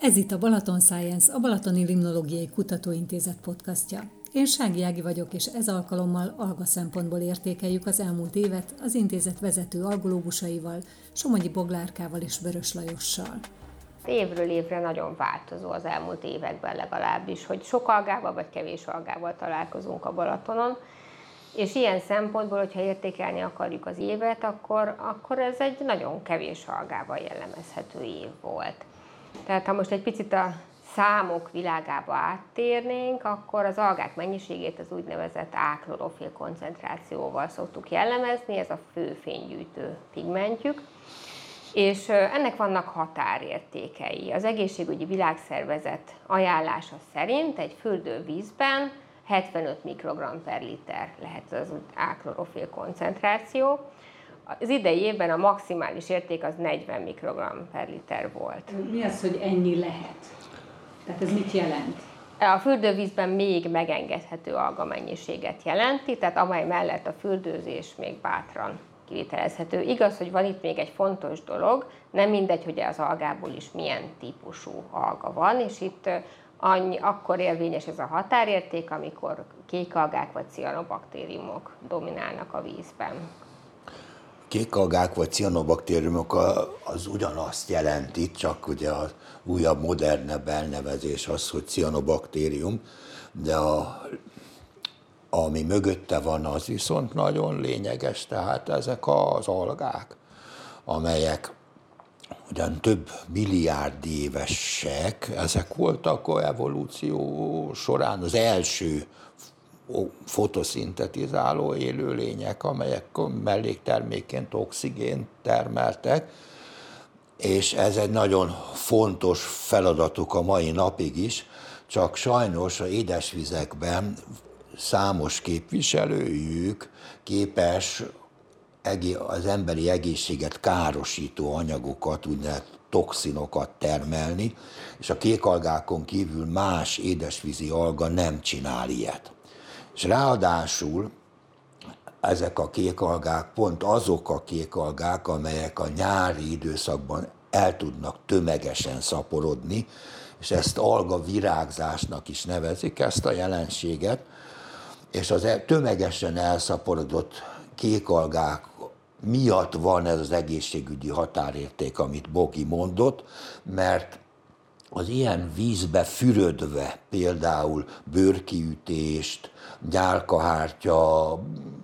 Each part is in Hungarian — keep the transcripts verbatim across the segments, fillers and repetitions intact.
Ez itt a Balaton Science, a Balatoni Limnológiai Kutatóintézet podcastja. Én Sági Ági vagyok, és ez alkalommal alga szempontból értékeljük az elmúlt évet az intézet vezető algológusaival, Somogyi Boglárkával és Vörös Lajossal. Évről évre nagyon változó az elmúlt években legalábbis, hogy sok algával vagy kevés algával találkozunk a Balatonon, és ilyen szempontból, hogyha értékelni akarjuk az évet, akkor, akkor ez egy nagyon kevés algával jellemezhető év volt. Tehát ha most egy picit a számok világába áttérnénk, akkor az algák mennyiségét az úgynevezett A-klorofil koncentrációval szoktuk jellemezni, ez a fő fénygyűjtő pigmentjük. És ennek vannak határértékei. Az Egészségügyi Világszervezet ajánlása szerint egy fürdővízben hetvenöt mikrogramm per liter lehet az A-klorofil koncentráció. Az idei évben a maximális érték az negyven mikrogramm per liter volt. Mi az, hogy ennyi lehet? Tehát ez mit jelent? A fürdővízben még megengedhető algamennyiséget jelenti, tehát amely mellett a fürdőzés még bátran kivitelezhető. Igaz, hogy van itt még egy fontos dolog, nem mindegy, hogy az algából is milyen típusú alga van, és itt annyi, akkor érvényes ez a határérték, amikor kékalgák vagy cianobaktériumok dominálnak a vízben. Kékalgák vagy cianobaktériumok az ugyanazt jelenti, csak ugye az újabb, modernebb elnevezés az, hogy cianobaktérium, de a, ami mögötte van, az viszont nagyon lényeges, tehát ezek az algák, amelyek ugyan több milliárd évesek, ezek voltak a evolúció során az első fotoszintetizáló élőlények, amelyek melléktermékként oxigént termeltek, és ez egy nagyon fontos feladatuk a mai napig is, csak sajnos az édesvizekben számos képviselőjük képes az emberi egészséget károsító anyagokat, úgynevezett toxinokat termelni, és a kékalgákon kívül más édesvízi alga nem csinál ilyet. És ráadásul ezek a kékalgák pont azok a kékalgák, amelyek a nyári időszakban el tudnak tömegesen szaporodni, és ezt alga virágzásnak is nevezik, ezt a jelenséget, és az tömegesen elszaporodott kékalgák miatt van ez az egészségügyi határérték, amit Bogi mondott, mert az ilyen vízbe fürödve például bőrkiütést, nyálkahártya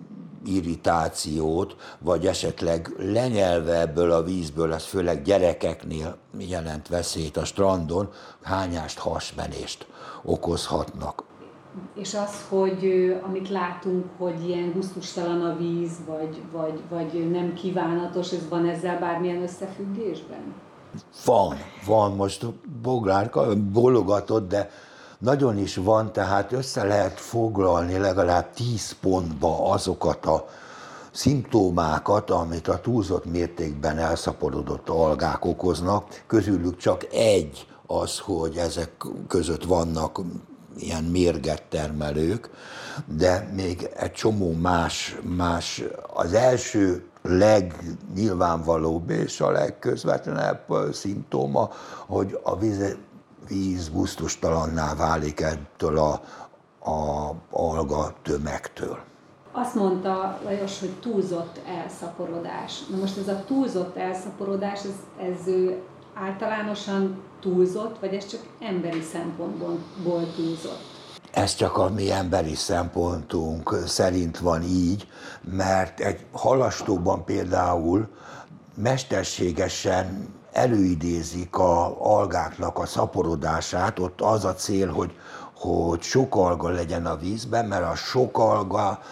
irritációt, vagy esetleg lenyelve ebből a vízből, ez főleg gyerekeknél jelent veszélyt a strandon, hányást, hasmenést okozhatnak. És az, hogy amit látunk, hogy ilyen gusztustalan a víz, vagy, vagy, vagy nem kívánatos, ez van ezzel bármilyen összefüggésben? Van, van, most Boglárka bologatott, de nagyon is van, tehát össze lehet foglalni legalább tíz pontba azokat a szimptomákat, amit a túlzott mértékben elszaporodott algák okoznak. Közülük csak egy az, hogy ezek között vannak ilyen mérget termelők, de még egy csomó más, más az első legnyilvánvalóbb és a legközvetlenebb szimptóma, hogy a víz, víz gusztustalanná válik ettől a, a alga tömegtől. Azt mondta Lajos, hogy túlzott elszaporodás. Na most ez a túlzott elszaporodás, ez, ez általánosan túlzott, vagy ez csak emberi szempontból túlzott? Ez csak a mi emberi szempontunk szerint van így, mert egy halastóban például mesterségesen előidézik az algáknak a szaporodását, ott az a cél, hogy, hogy sok alga legyen a vízben, mert a sok alga,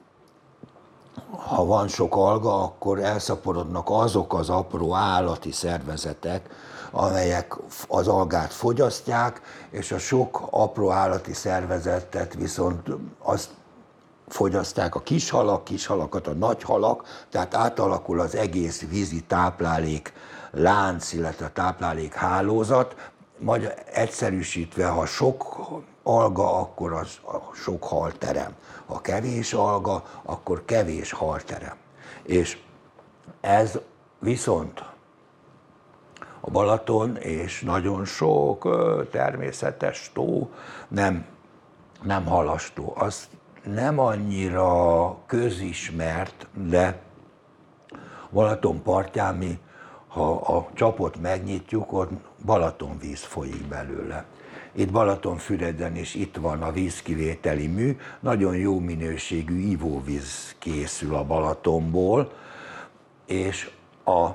ha van sok alga, akkor elszaporodnak azok az apró állati szervezetek, amelyek az algát fogyasztják, és a sok apró állati szervezetet viszont azt fogyasztják a kis halak, kis halakat a nagy halak, tehát átalakul az egész vízi táplálék lánc, illetve táplálék hálózat, majd egyszerűsítve, ha sok alga, akkor az sok halterem. Ha kevés alga, akkor kevés halterem. És ez viszont a Balaton, és nagyon sok természetes tó, nem, nem halastó. Az nem annyira közismert, de Balaton partján mi, ha a csapot megnyitjuk, ott Balatonvíz folyik belőle. Itt Balatonfüreden is itt van a vízkivételi mű, nagyon jó minőségű ivóvíz készül a Balatonból, és a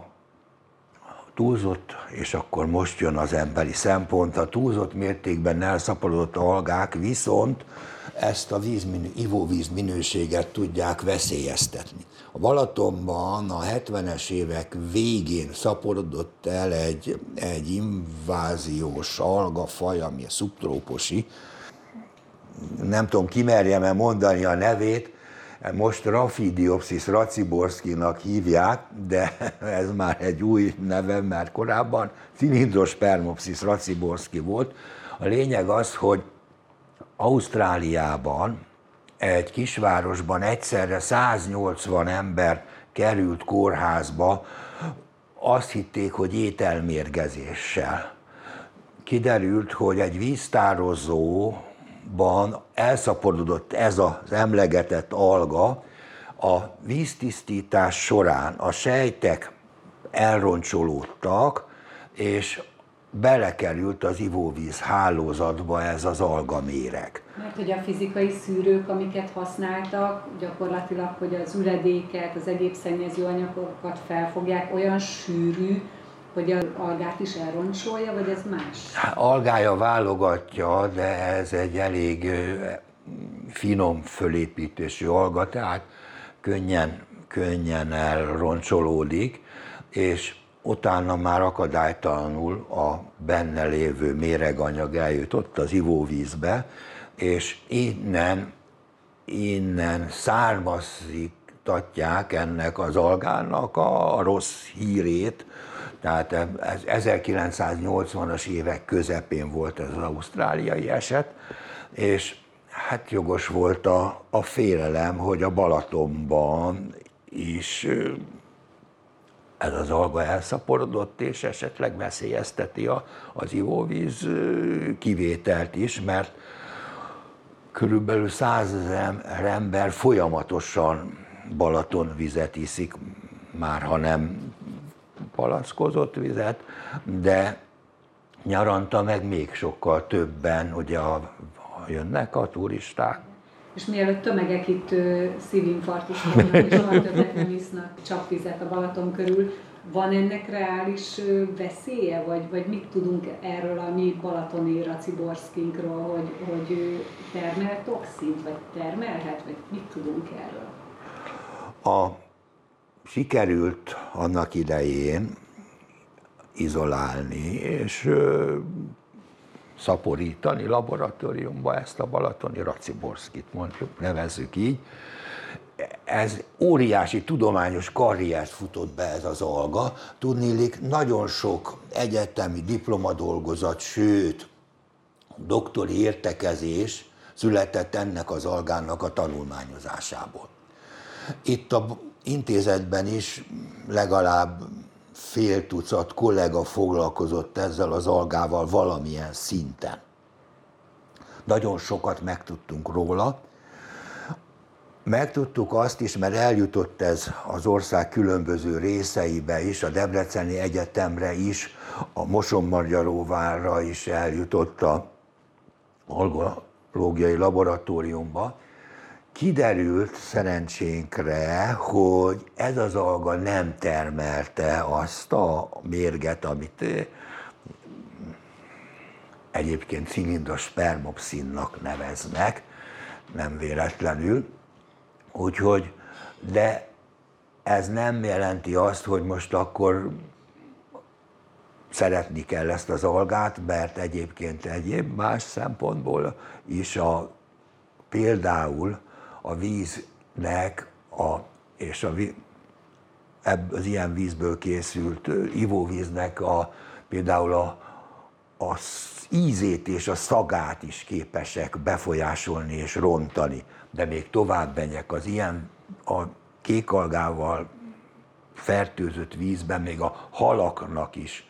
túlzott, és akkor most jön az emberi szempont, a túlzott mértékben elszaporodott algák viszont ezt a vízminő, ivóvíz minőséget tudják veszélyeztetni. A Balatonban a hetvenes évek végén szaporodott el egy, egy inváziós algafaj, ami a szubtrópusi. Nem tudom, kimerjem-e mondani a nevét, most Raphidiopsis raciborskinak hívják, de ez már egy új neve, mert korábban Cylindrospermopsis raciborski volt. A lényeg az, hogy Ausztráliában egy kisvárosban egyszerre száznyolcvan ember került kórházba, azt hitték, hogy ételmérgezéssel. Kiderült, hogy egy víztározóban elszaporodott ez az emlegetett alga, a víztisztítás során a sejtek elroncsolódtak, és belekerült az ivóvíz hálózatba ez az algaméreg. Mert hogy a fizikai szűrők, amiket használtak, gyakorlatilag, hogy az üledéket, az egyéb szennyező anyagokat felfogják, olyan sűrű, hogy az algát is elroncsolja, vagy ez más? Algája válogatja, de ez egy elég finom fölépítésű alga, tehát könnyen, könnyen elroncsolódik, és utána már akadálytalanul a benne lévő méreganyag eljutott az ivóvízbe, és innen, innen származtatják ennek az algának a rossz hírét, tehát ez ezerkilencszáznyolcvanas évek közepén volt ez az ausztráliai eset, és hát jogos volt a, a félelem, hogy a Balatonban is ez az alga elszaporodott, és esetleg veszélyezteti a, az ivóvíz kivételt is, mert körülbelül százezer ember folyamatosan Balatonvizet iszik, már ha nem palackozott vizet, de nyaranta meg még sokkal többen, ugye a, jönnek a turisták. És mielőtt tömegek itt szívinfarktus vannak, és soha többet nem isznak csapvizet a Balaton körül, van ennek reális veszélye, vagy, vagy mit tudunk erről a mi balatoni raciborszkinkról, hogy, hogy ő termel toxint, vagy termelhet, vagy mit tudunk erről? A, sikerült annak idején izolálni, és ö, szaporítani laboratóriumba ezt a balatoni raciborszkit, mondjuk, nevezzük így. Ez óriási tudományos karriert futott be ez az alga. Tudniillik, nagyon sok egyetemi diplomadolgozat, sőt, doktori értekezés született ennek az algának a tanulmányozásából. Itt az intézetben is legalább fél tucat kollega foglalkozott ezzel az algával valamilyen szinten. Nagyon sokat megtudtunk róla. Megtudtuk azt is, mert eljutott ez az ország különböző részeibe is, a Debreceni Egyetemre is, a Mosonmagyaróvárra is eljutott a algológiai laboratóriumba. Kiderült szerencsénkre, hogy ez az alga nem termelte azt a mérget, amit egyébként Cylindrospermopsinnak neveznek, nem véletlenül. Úgyhogy, de ez nem jelenti azt, hogy most akkor szeretni kell ezt az algát, mert egyébként egyéb más szempontból is a, például a víznek a, és a, az ilyen vízből készült ivóvíznek a, például a, a ízét és a szagát is képesek befolyásolni és rontani. De még tovább megyek, az ilyen a kékalgával fertőzött vízben még a halaknak is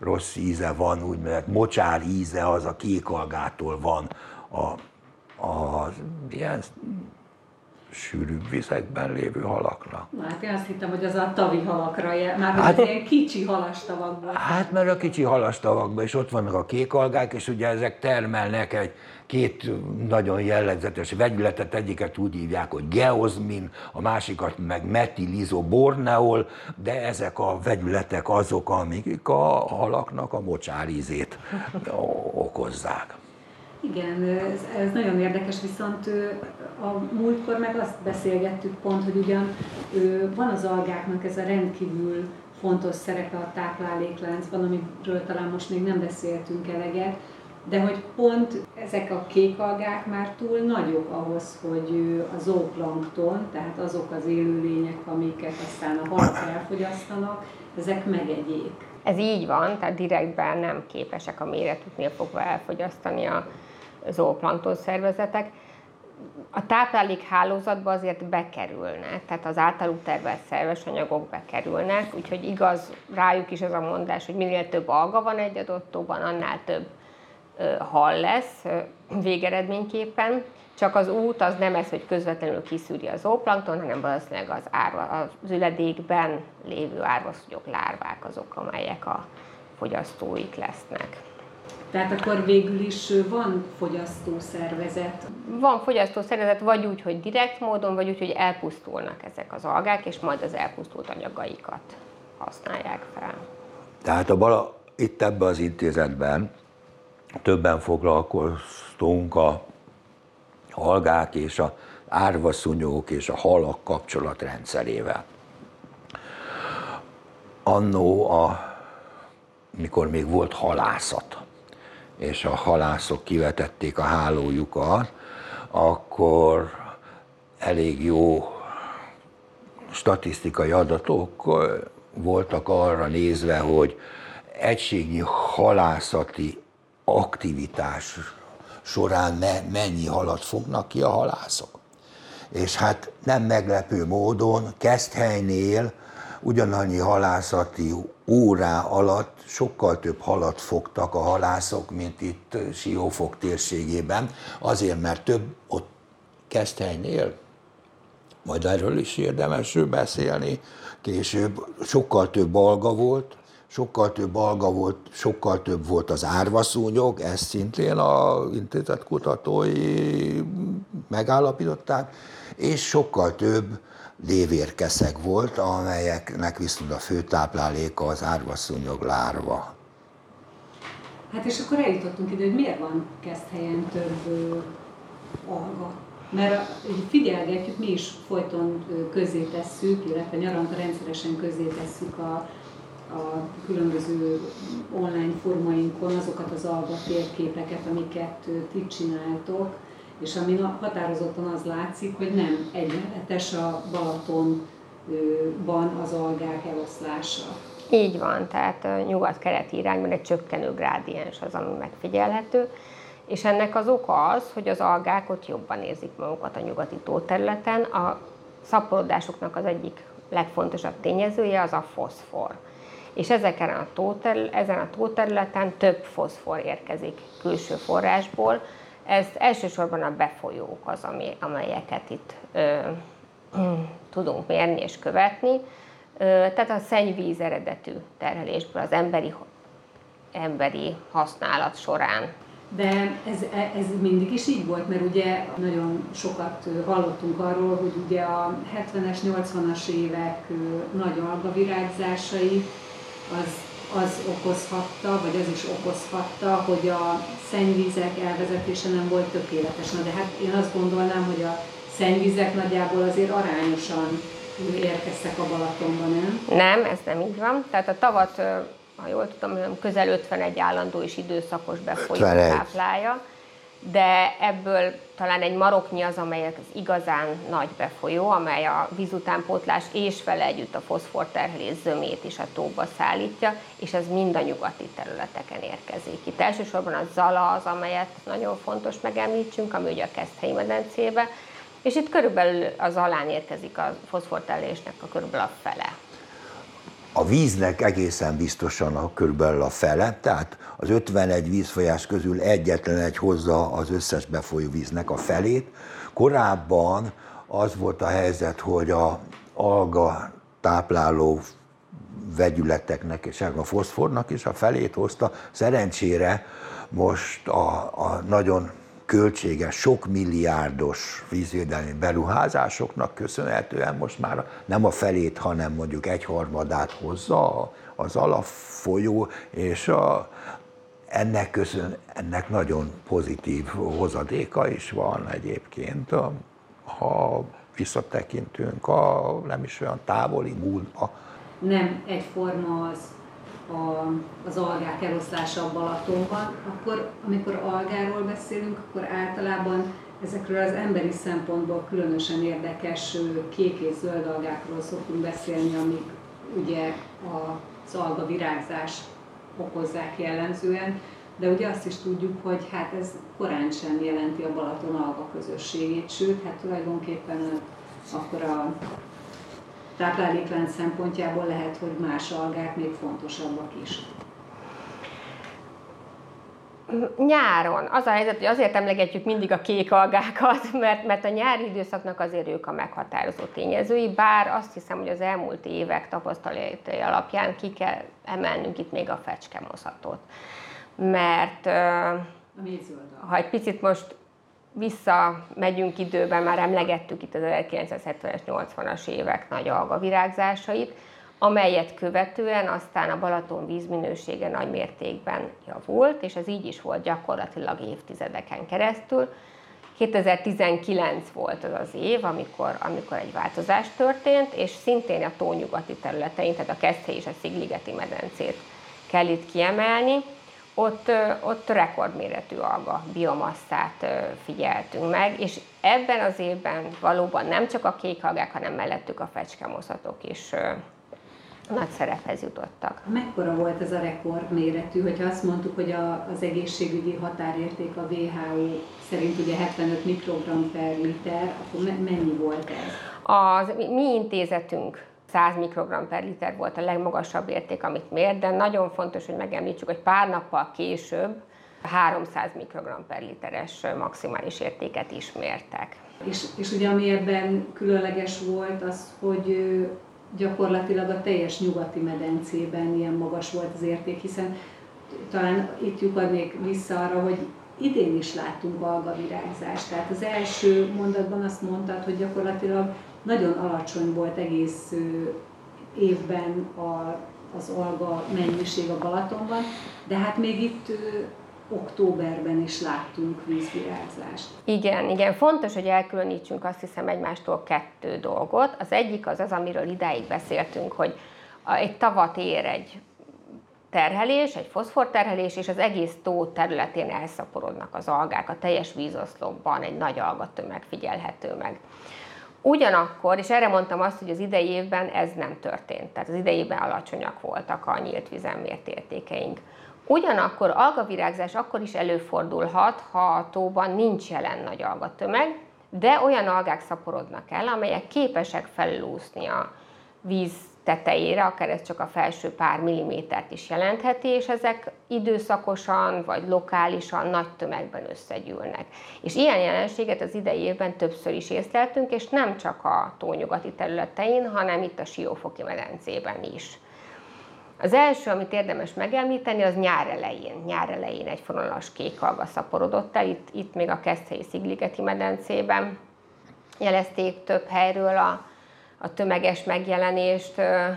rossz íze van, úgynevezett mocsár íze, az a kékalgától van a, a ilyen sűrűbb vizekben lévő halaknak. Na, hát én azt hittem, hogy az a tavi halakra jel, már Hát- hát, ilyen kicsi halastavakban. Hát mert a kicsi halastavakban is ott vannak a kékalgák, és ugye ezek termelnek egy két nagyon jellegzetes vegyületet, egyiket úgy hívják, hogy geozmin, a másikat meg metilizoborneol, de ezek a vegyületek azok, amik a halaknak a mocsárízét okozzák. Igen, ez, ez nagyon érdekes, viszont ö, a múltkor meg azt beszélgettük pont, hogy ugyan ö, van az algáknak ez a rendkívül fontos szerepe a táplálékláncban, amiről talán most még nem beszéltünk eleget, de hogy pont ezek a kék algák már túl nagyok ahhoz, hogy ö, a zooplankton, tehát azok az élőlények, amiket aztán a halak elfogyasztanak, ezek megegyék. Ez így van, tehát direktben nem képesek a méretüknél fogva elfogyasztani a zooplankton szervezetek. A táplálékhálózatba azért bekerülnek, tehát az általuk tervelt szerves anyagok bekerülnek, úgyhogy igaz rájuk is az a mondás, hogy minél több alga van egy adott tóban, annál több hal lesz végeredményképpen. Csak az út az nem ez, hogy közvetlenül kiszűri a zooplankton, hanem valószínűleg az, árva, az üledékben lévő árvaszúnyog lárvák azok, amelyek a fogyasztóik lesznek. Tehát akkor végül is van fogyasztószervezet. Van fogyasztószervezet vagy úgy, hogy direkt módon, vagy úgy, hogy elpusztulnak ezek az algák, és majd az elpusztult anyagaikat használják fel. Tehát a bala, itt ebben az intézetben többen foglalkoztunk a algák és a árvaszúnyók és a halak kapcsolatrendszerével. Annó, a, mikor még volt halászat, és a halászok kivetették a hálójukat, akkor elég jó statisztikai adatok voltak arra nézve, hogy egységnyi halászati aktivitás során mennyi halat fognak ki a halászok. És hát nem meglepő módon Keszthelynél ugyanannyi halászati órá alatt sokkal több halat fogtak a halászok, mint itt Siófok térségében, azért, mert több ott Keszthelynél, majd erről is érdemes beszélni később, sokkal több alga volt, sokkal több alga volt, sokkal több volt az árvaszúnyog, ezt szintén az intézet kutatói megállapították, és sokkal több lévérkeszeg volt, amelyeknek viszont a fő tápláléka az árvaszúnyog lárva. Hát és akkor eljutottunk ide, hogy miért van Keszthelyen több ö, alga. Mert figyelgetjük, mi is folyton közzétesszük, illetve nyaranta rendszeresen közzétesszük a a különböző online formainkon azokat az alga térképeket, amiket ti csináltok, és ami határozottan az látszik, hogy nem egyenletes a Balatonban az algák eloszlása. Így van, tehát nyugat-keleti irányban egy csökkenő grádiens az, ami megfigyelhető, és ennek az oka az, hogy az algák ott jobban érzik magukat a nyugati tóterületen. A szaporodásuknak az egyik legfontosabb tényezője az a foszfor. És ezeken a tóterül, ezen a tóterületen több foszfor érkezik külső forrásból. Ez elsősorban a befolyók az, ami, amelyeket itt ö, tudunk mérni és követni. Ö, tehát a szennyvíz eredetű terhelésből az emberi, emberi használat során. De ez, ez mindig is így volt, mert ugye nagyon sokat hallottunk arról, hogy ugye a hetvenes, nyolcvanas évek nagy algavirágzásai az, az okozhatta, vagy az is okozhatta, hogy a szennyvízek elvezetése nem volt tökéletes. Na de hát én azt gondolnám, hogy a szennyvízek nagyjából azért arányosan érkeztek a Balatonba, nem? Nem, ez nem így van. Tehát a tavat, ha jól tudom, közel ötvenegy állandó és időszakos befolyó táplálja, de ebből talán egy maroknyi az, amely az igazán nagy befolyó, amely a vízutánpótlás és vele együtt a foszforterhelés zömét is a tóba szállítja, és ez mind a nyugati területeken érkezik. Itt elsősorban a Zala az, amelyet nagyon fontos megemlítsünk, ami ugye a Keszthelyi medencébe, és itt körülbelül a Zalán érkezik a foszforterhelésnek a körülbelül a fele. a víznek egészen biztosan a, körülbelül a fele, tehát az ötvenegy vízfolyás közül egyetlen egy hozza az összes befolyó víznek a felét. Korábban az volt a helyzet, hogy a alga tápláló vegyületeknek és a foszfornak is a felét hozta. Szerencsére most a, a nagyon költséges, sok milliárdos vízvédelmi beruházásoknak köszönhetően most már nem a felét, hanem mondjuk egyharmadát hozza az alapfolyó, és a, ennek, köszön, ennek nagyon pozitív hozadéka is van egyébként, ha visszatekintünk a nem is olyan távoli múltba. Nem egyforma az, a, az algák eloszlása a Balatonban, akkor amikor algáról beszélünk, akkor általában ezekről az emberi szempontból különösen érdekes kék és zöld algákról szoktunk beszélni, amik ugye az alga virágzás okozzák jellemzően, de ugye azt is tudjuk, hogy hát ez korán sem jelenti a Balaton alga közösségét, sőt, hát tulajdonképpen akkor a tápláléklánc szempontjából lehet, hogy más algák még fontosabbak is. Nyáron az a helyzet, hogy azért emlegetjük mindig a kék algákat, mert, mert a nyári időszaknak azért ők a meghatározó tényezői, bár azt hiszem, hogy az elmúlt évek tapasztalatai alapján ki kell emelnünk itt még a fecskemoszatot. Mert ha egy picit most visszamegyünk időben, már emlegettük itt az ezerkilencszázhetvenes, nyolcvanas évek nagy algavirágzásait, amelyet követően aztán a Balaton vízminősége nagy mértékben javult, és ez így is volt gyakorlatilag évtizedeken keresztül. kétezer-tizenkilenc volt az az év, amikor, amikor egy változás történt, és szintén a tónyugati területein, tehát a Keszthely és a Szigligeti medencét kell itt kiemelni. Ott, ott rekordméretű alga biomasszát figyeltünk meg, és ebben az évben valóban nem csak a kék algák, hanem mellettük a fecskemoszatok is nagy szerephez jutottak. Mekkora volt ez a rekordméretű, hogyha azt mondtuk, hogy a, az egészségügyi határérték a dupla vé há ó szerint ugye hetvenöt mikrogram per liter, akkor mennyi volt ez? Az mi intézetünk száz mikrogram per liter volt a legmagasabb érték, amit mért, de nagyon fontos, hogy megemlítsük, hogy pár nappal később háromszáz mikrogram per literes maximális értéket is mértek. És, és ugye ami ebben különleges volt az, hogy gyakorlatilag a teljes nyugati medencében ilyen magas volt az érték, hiszen talán itt lyukadnék vissza arra, hogy idén is láttunk algavirágzást. Tehát az első mondatban azt mondtad, hogy gyakorlatilag nagyon alacsony volt egész évben a, az alga mennyiség a Balatonban, de hát még itt októberben is láttunk vízvirágzást. Igen, igen, fontos, hogy elkülönítsünk azt hiszem egymástól kettő dolgot. Az egyik az az, amiről idáig beszéltünk, hogy egy tavat ér egy terhelés, egy foszforterhelés, és az egész tó területén elszaporodnak az algák, a teljes vízoszlopban egy nagy algatömeg figyelhető meg. Ugyanakkor, és erre mondtam azt, hogy az idei évben ez nem történt, tehát az idei évben alacsonyak voltak a nyílt vízen mért értékeink. Ugyanakkor algavirágzás akkor is előfordulhat, ha a tóban nincs jelen nagy algatömeg, de olyan algák szaporodnak el, amelyek képesek felülúszni a víz tetejére, akár ez csak a felső pár millimétert is jelentheti, és ezek időszakosan vagy lokálisan nagy tömegben összegyűlnek. És ilyen jelenséget az idei évben többször is észleltünk, és nem csak a tónyugati területein, hanem itt a Siófoki medencében is. Az első, amit érdemes megemlíteni, az nyár elején. Nyár elején egy fonalas kék alga szaporodott el, itt, itt még a Keszthelyi Szigligeti medencében jelezték több helyről a a tömeges megjelenést,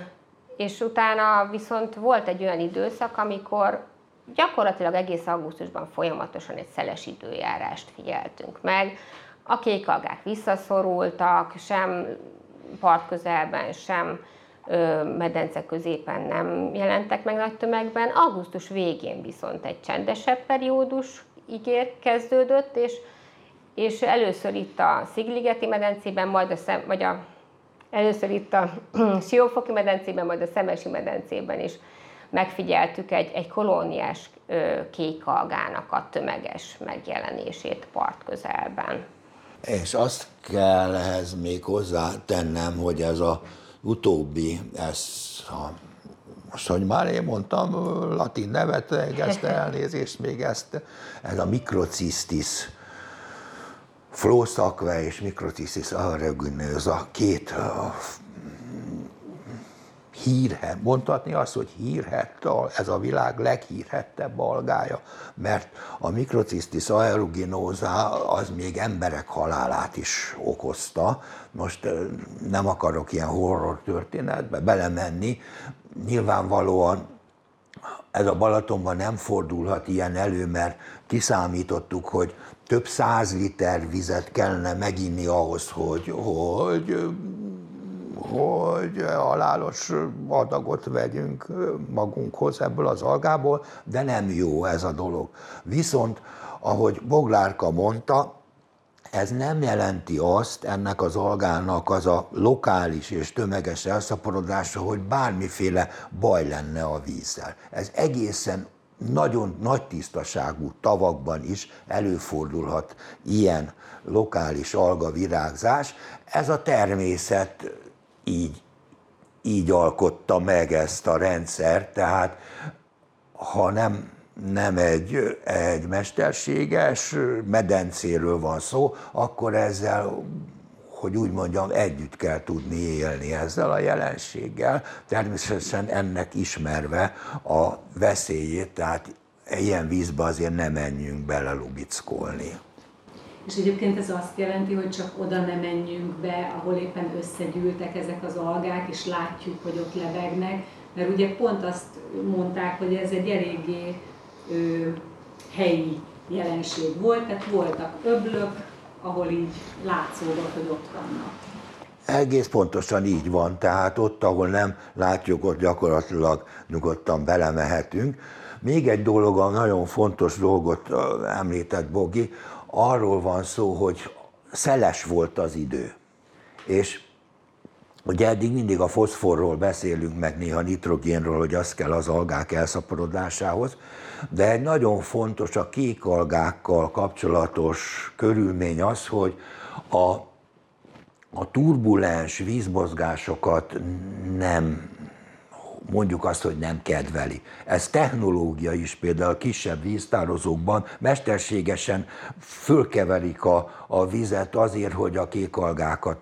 és utána viszont volt egy olyan időszak, amikor gyakorlatilag egész augusztusban folyamatosan egy szeles időjárást figyeltünk meg. A kék algák visszaszorultak, sem part közelben, sem medence középen nem jelentek meg nagy tömegben. Augusztus végén viszont egy csendesebb periódus ígér kezdődött, és, és először itt a Szigligeti medencében, majd a, szem, vagy a Először itt a Siófoki medencében, majd a Szemesi medencében is megfigyeltük egy, egy kolóniás kék algának a tömeges megjelenését part közelben. És azt kell ehhez még hozzátennem, hogy ez az utóbbi, ez a most, hogy már én mondtam latin nevet, ezt elnézést, még ezt, ez a Microcystis flossakve és Microcystis aeruginosa, két uh, hírhet, mondhatni azt, hogy hírhett, ez a világ leghírhettebb algája, mert a Microcystis aeruginosa az még emberek halálát is okozta. Most nem akarok ilyen horror történetbe belemenni, nyilvánvalóan ez a Balatonban nem fordulhat ilyen elő, mert kiszámítottuk, hogy több száz liter vizet kellene meginni ahhoz, hogy, hogy, hogy halálos adagot vegyünk magunkhoz ebből az algából, de nem jó ez a dolog. Viszont, ahogy Boglárka mondta, ez nem jelenti azt, ennek az algának az a lokális és tömeges elszaporodása, hogy bármiféle baj lenne a vízzel. Ez egészen nagyon nagy tisztaságú tavakban is előfordulhat ilyen lokális algavirágzás. Ez a természet így, így alkotta meg ezt a rendszert, tehát ha nem nem egy, egy mesterséges medencéről van szó, akkor ezzel, hogy úgy mondjam, együtt kell tudni élni ezzel a jelenséggel, természetesen ennek ismerve a veszélyét, tehát ilyen vízbe azért nem menjünk bele lubickolni. És egyébként ez azt jelenti, hogy csak oda ne menjünk be, ahol éppen összegyűltek ezek az algák, és látjuk, hogy ott lebegnek, mert ugye pont azt mondták, hogy ez egy eléggé Ö, helyi jelenség volt, tehát voltak öblök, ahol így látszódott, hogy ott vannak. Egész pontosan így van, tehát ott, ahol nem látjuk, ott gyakorlatilag nyugodtan belemehetünk. Még egy dolog, a nagyon fontos dolgot említett Bogi, arról van szó, hogy szeles volt az idő. És ugye eddig mindig a foszforról beszélünk, meg néha nitrogénről, hogy az kell az algák elszaporodásához, de egy nagyon fontos a kék algákkal kapcsolatos körülmény az, hogy a, a turbulens vízmozgásokat nem, mondjuk azt, hogy nem kedveli. Ez technológia is, például kisebb víztározókban mesterségesen fölkeverik a, a vizet azért, hogy a kék algákat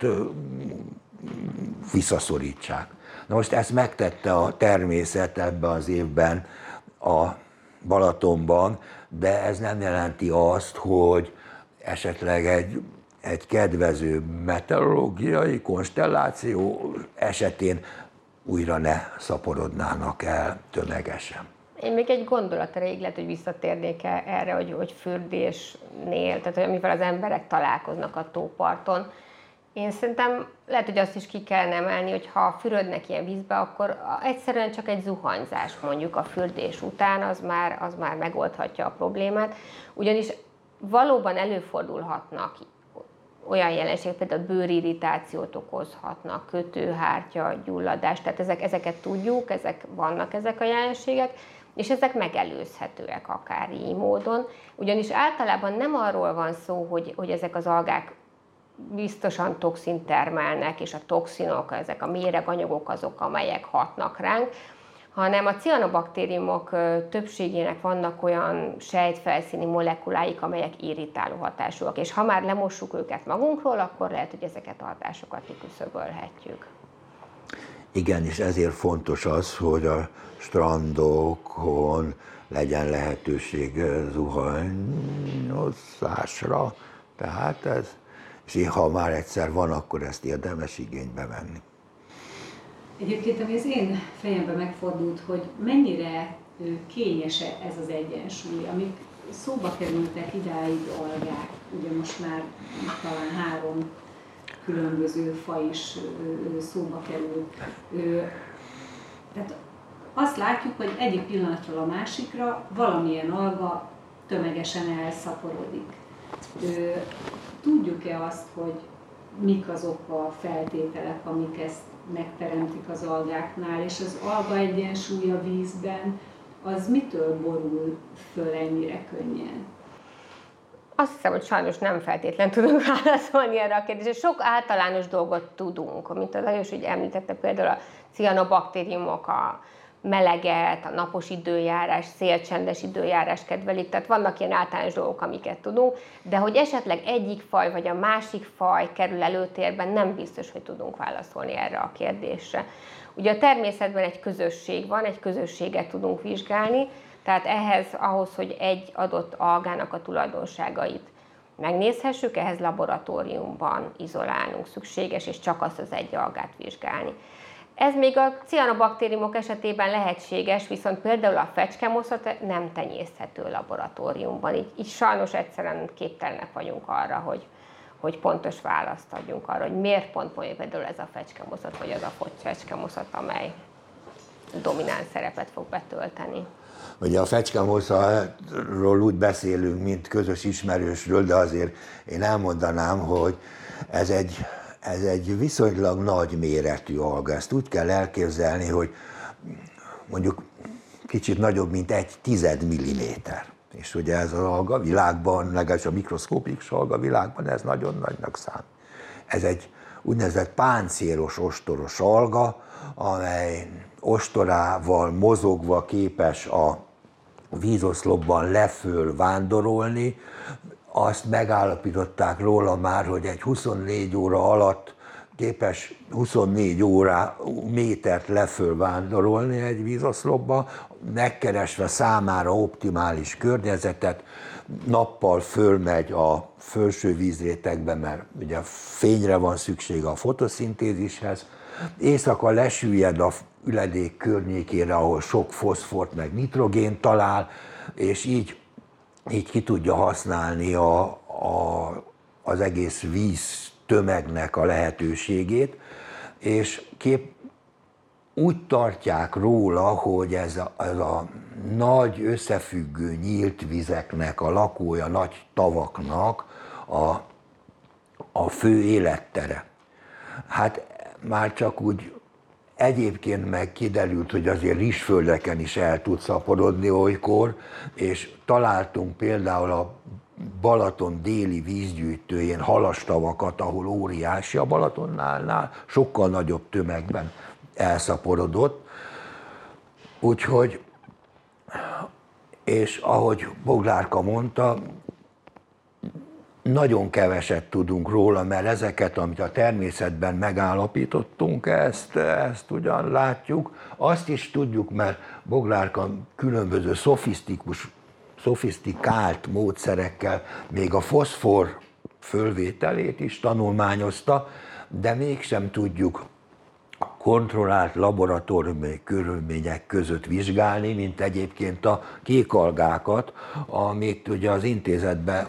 visszaszorítsák. Na most ezt megtette a természet ebben az évben a Balatonban, de ez nem jelenti azt, hogy esetleg egy, egy kedvező meteorológiai konstelláció esetén újra ne szaporodnának el tömegesen. Én még egy gondolatra így lehet, hogy visszatérnék erre, hogy, hogy fürdésnél, tehát hogy amivel az emberek találkoznak a tóparton, én szerintem lehet, hogy azt is ki kellene emelni, hogy ha fürödnek ilyen vízbe, akkor egyszerűen csak egy zuhanyzás mondjuk a fürdés után, az már, az már megoldhatja a problémát. Ugyanis valóban előfordulhatnak olyan jelenségek, például bőrirritációt okozhatnak, kötőhártya, gyulladás, tehát ezek, ezeket tudjuk, ezek vannak ezek a jelenségek, és ezek megelőzhetőek akár így módon. Ugyanis általában nem arról van szó, hogy, hogy ezek az algák biztosan toxint termelnek, és a toxinok, ezek a méreganyagok azok, amelyek hatnak ránk, hanem a cianobaktériumok többségének vannak olyan sejtfelszíni molekuláik, amelyek irritáló hatásúak, és ha már lemossuk őket magunkról, akkor lehet, hogy ezeket a hatásokat kiküszöbölhetjük. Igen, és ezért fontos az, hogy a strandokon legyen lehetőség zuhanyozásra, tehát ez, és ha már egyszer van, akkor ezt érdemes igénybe venni. Egyébként, ami az én fejemben megfordult, hogy mennyire kényes ez az egyensúly, amik szóba kerültek idáig algák, ugye most már talán három különböző faj is szóba került. Tehát azt látjuk, hogy egyik pillanatról a másikra valamilyen alga tömegesen elszaporodik. Tudjuk-e azt, hogy mik azok a feltételek, amik ezt megteremtik az algáknál, és az alga egyensúly a vízben, az mitől borul föl ennyire könnyen? Azt hiszem, hogy sajnos nem feltétlen tudunk válaszolni erre a kérdésre. Sok általános dolgot tudunk, mint az Lajos így említette, például a cianobaktériumok, a meleget, a napos időjárás, szélcsendes időjárás kedvelik, tehát vannak ilyen általános dolgok, amiket tudunk, de hogy esetleg egyik faj vagy a másik faj kerül előtérben, nem biztos, hogy tudunk válaszolni erre a kérdésre. Ugye a természetben egy közösség van, egy közösséget tudunk vizsgálni, tehát ehhez, ahhoz, hogy egy adott algának a tulajdonságait megnézhessük, ehhez laboratóriumban izolálnunk szükséges, és csak azt az egy algát vizsgálni. Ez még a cianobaktériumok esetében lehetséges, viszont például a fecskemoszat nem tenyészthető laboratóriumban. Így, így sajnos egyszerűen képtelenek vagyunk arra, hogy, hogy pontos választ adjunk arra, hogy miért pont például ez a fecskemoszat, vagy az a fecskemoszat, amely domináns szerepet fog betölteni. Ugye a fecskemoszatról úgy beszélünk, mint közös ismerősről, de azért én elmondanám, hogy ez egy, ez egy viszonylag nagy méretű alga. Ezt úgy kell elképzelni, hogy mondjuk kicsit nagyobb, mint egy tized milliméter. És ugye ez az alga világban, legalábbis a mikroszkópikus alga világban, ez nagyon nagynak számít. Ez egy úgynevezett páncélos ostoros alga, amely ostorával mozogva képes a vízoszlopban leföl vándorolni. Azt megállapították róla már, hogy egy huszonnégy óra alatt képes huszonnégy óra métert leföl vándorolni egy vízoszlopba, megkeresve számára optimális környezetet, nappal fölmegy a felső vízrétegbe, mert ugye fényre van szüksége a fotoszintézishez, éjszaka lesüllyed a üledék környékére, ahol sok foszfort meg nitrogént talál, és így, így ki tudja használni a, a, az egész víz tömegnek a lehetőségét, és kép úgy tartják róla, hogy ez a, ez a nagy összefüggő nyílt vizeknek a lakója, nagy tavaknak a, a fő élettere. Hát már csak úgy egyébként meg kiderült, hogy azért rizsföldeken is el tud szaporodni olykor, és találtunk például a Balaton déli vízgyűjtőjén halastavakat, ahol óriási, a Balatonnál sokkal nagyobb tömegben elszaporodott. Úgyhogy, és ahogy Boglárka mondta, nagyon keveset tudunk róla, mert ezeket, amit a természetben megállapítottunk, ezt, ezt ugyan látjuk. Azt is tudjuk, mert Boglárka különböző szofisztikus, szofisztikált módszerekkel még a foszfor fölvételét is tanulmányozta, de mégsem tudjuk kontrollált laboratóriumi körülmények között vizsgálni, mint egyébként a kékalgákat, amit ugye az intézetben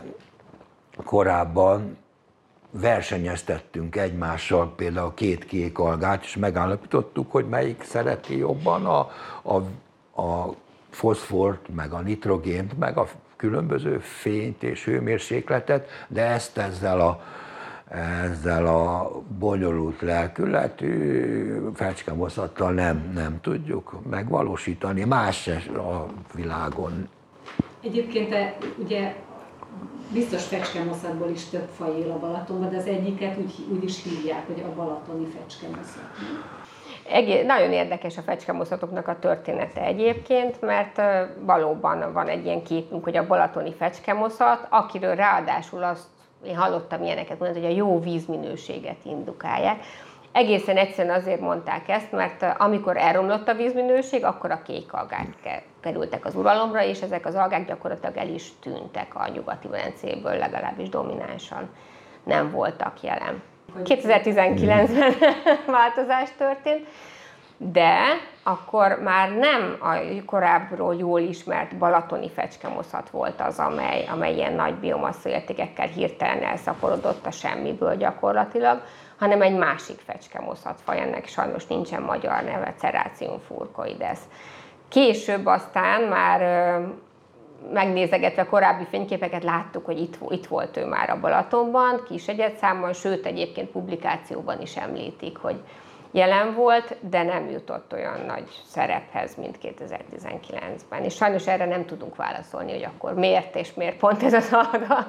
korábban versenyeztettünk egymással, például két kék algát, és megállapítottuk, hogy melyik szereti jobban a, a, a foszfort, meg a nitrogént, meg a különböző fényt és hőmérsékletet, de ezt ezzel a, ezzel a bonyolult lelkületű fecskemoszattal nem, nem tudjuk megvalósítani, más a világon. Egyébként ugye biztos fecskemoszatból is több faj él a Balatonban, de az egyiket úgy, úgy is hívják, hogy a balatoni fecskemoszat. Egész, nagyon érdekes a fecskemoszatoknak a története egyébként, mert valóban van egy ilyen képünk, hogy a balatoni fecskemoszat, akiről ráadásul azt, én hallottam ilyeneket mondani, hogy a jó vízminőséget indukálják. Egészen egyszerűen azért mondták ezt, mert amikor elromlott a vízminőség, akkor a kék algák kerültek az uralomra, és ezek az algák gyakorlatilag el is tűntek a nyugati Velencéből, legalábbis dominánsan nem voltak jelen. kétezer-tizenkilencben változás történt, de akkor már nem a korábbról jól ismert balatoni fecskemoszat volt az, amely, amely ilyen nagy biomassza értékekkel hirtelen elszaporodott a semmiből gyakorlatilag, hanem egy másik fecskemoszatfaj, ennek sajnos nincsen magyar neve, Ceracium furcoides. Később aztán már megnézegetve korábbi fényképeket láttuk, hogy itt, itt volt ő már a Balatonban, kis egyedszámban, sőt egyébként publikációban is említik, hogy jelen volt, de nem jutott olyan nagy szerephez, mint kétezer-tizenkilencben. És sajnos erre nem tudunk válaszolni, hogy akkor miért és miért pont ez az alga.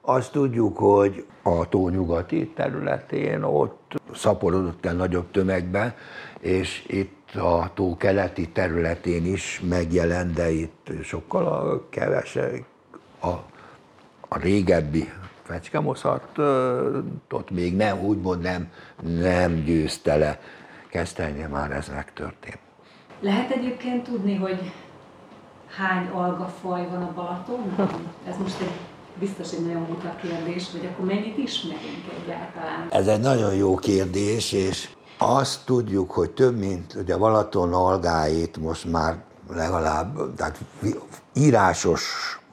Azt tudjuk, hogy a tó nyugati területén ott szaporodott el nagyobb tömegben, és itt a tó keleti területén is megjelent, de itt sokkal a kevesebb, a, a régebbi fecskemoszartot még nem, úgymond nem, nem győzte le. Keszthelyen már ez megtörtént. Lehet egyébként tudni, hogy hány algafaj van a Balatonon? Ez most egy biztos egy nagyon buta kérdés, hogy akkor mennyit ismerünk egyáltalán? Ez egy nagyon jó kérdés, és azt tudjuk, hogy több mint, hogy a Balaton algáit most már legalább, tehát írásos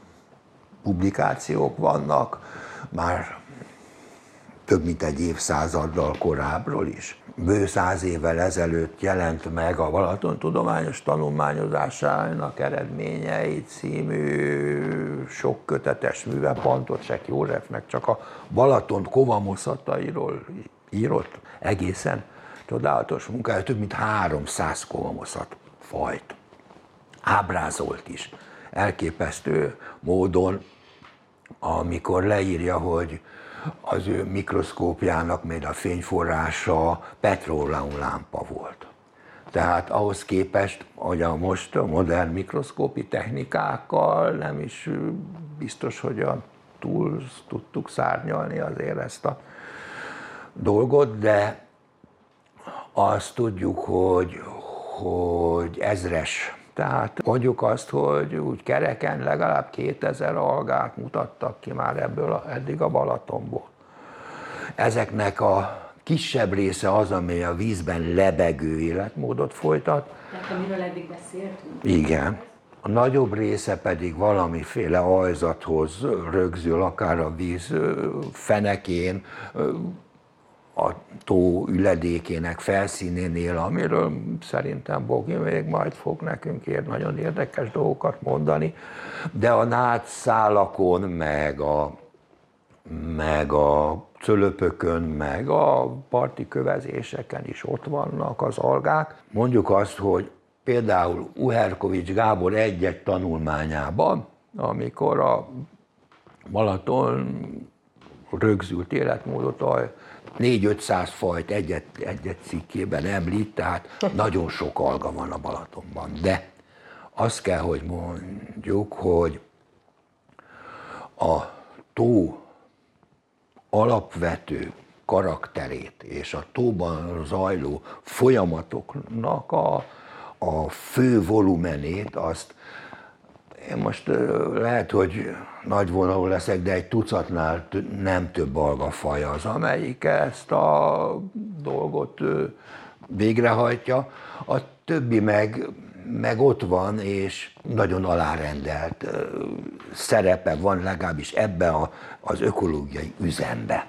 publikációk vannak, már több mint egy évszázaddal korábbról is. Bő száz évvel ezelőtt jelent meg a Balaton tudományos tanulmányozásának eredményei című sokkötetes műve, Pantocsek Józsefnek csak a Balaton kovamoszatairól írott egészen csodálatos munkája, több mint háromszáz kovamoszat fajt ábrázolt is. Elképesztő módon, amikor leírja, hogy az ő mikroszkópjának még a fényforrása petróleumlámpa volt. Tehát ahhoz képest, hogy a most a modern mikroszkópi technikákkal nem is biztos, hogy a túl tudtuk szárnyalni azért ezt a dolgot, de azt tudjuk, hogy, hogy ezres. Tehát mondjuk azt, hogy úgy kereken legalább kétezer algát mutattak ki már ebből a, eddig a Balatonból. Ezeknek a kisebb része az, amely a vízben lebegő életmódot folytat. Tehát amiről eddig beszéltünk? Igen. A nagyobb része pedig valamiféle ajzathoz rögzül, akár a víz fenekén, a tó üledékének felszínénél, amiről szerintem Bogi még majd fog nekünk ér nagyon érdekes dolgokat mondani, de a nátszálakon, meg a, meg a cölöpökön, meg a parti kövezéseken is ott vannak az algák. Mondjuk azt, hogy például Uherkovics Gábor egy-egy tanulmányában, amikor a Balaton rögzült életmódot a négy-ötszáz fajt egyet, egyet cikkében említ, tehát nagyon sok alga van a Balatonban. De azt kell, hogy mondjuk, hogy a tó alapvető karakterét és a tóban zajló folyamatoknak a, a fő volumenét azt én most lehet, hogy nagyvonalú leszek, de egy tucatnál nem több algafaj az, amelyik ezt a dolgot végrehajtja. A többi meg, meg ott van, és nagyon alárendelt szerepe van legalábbis ebbe az ökológiai üzembe.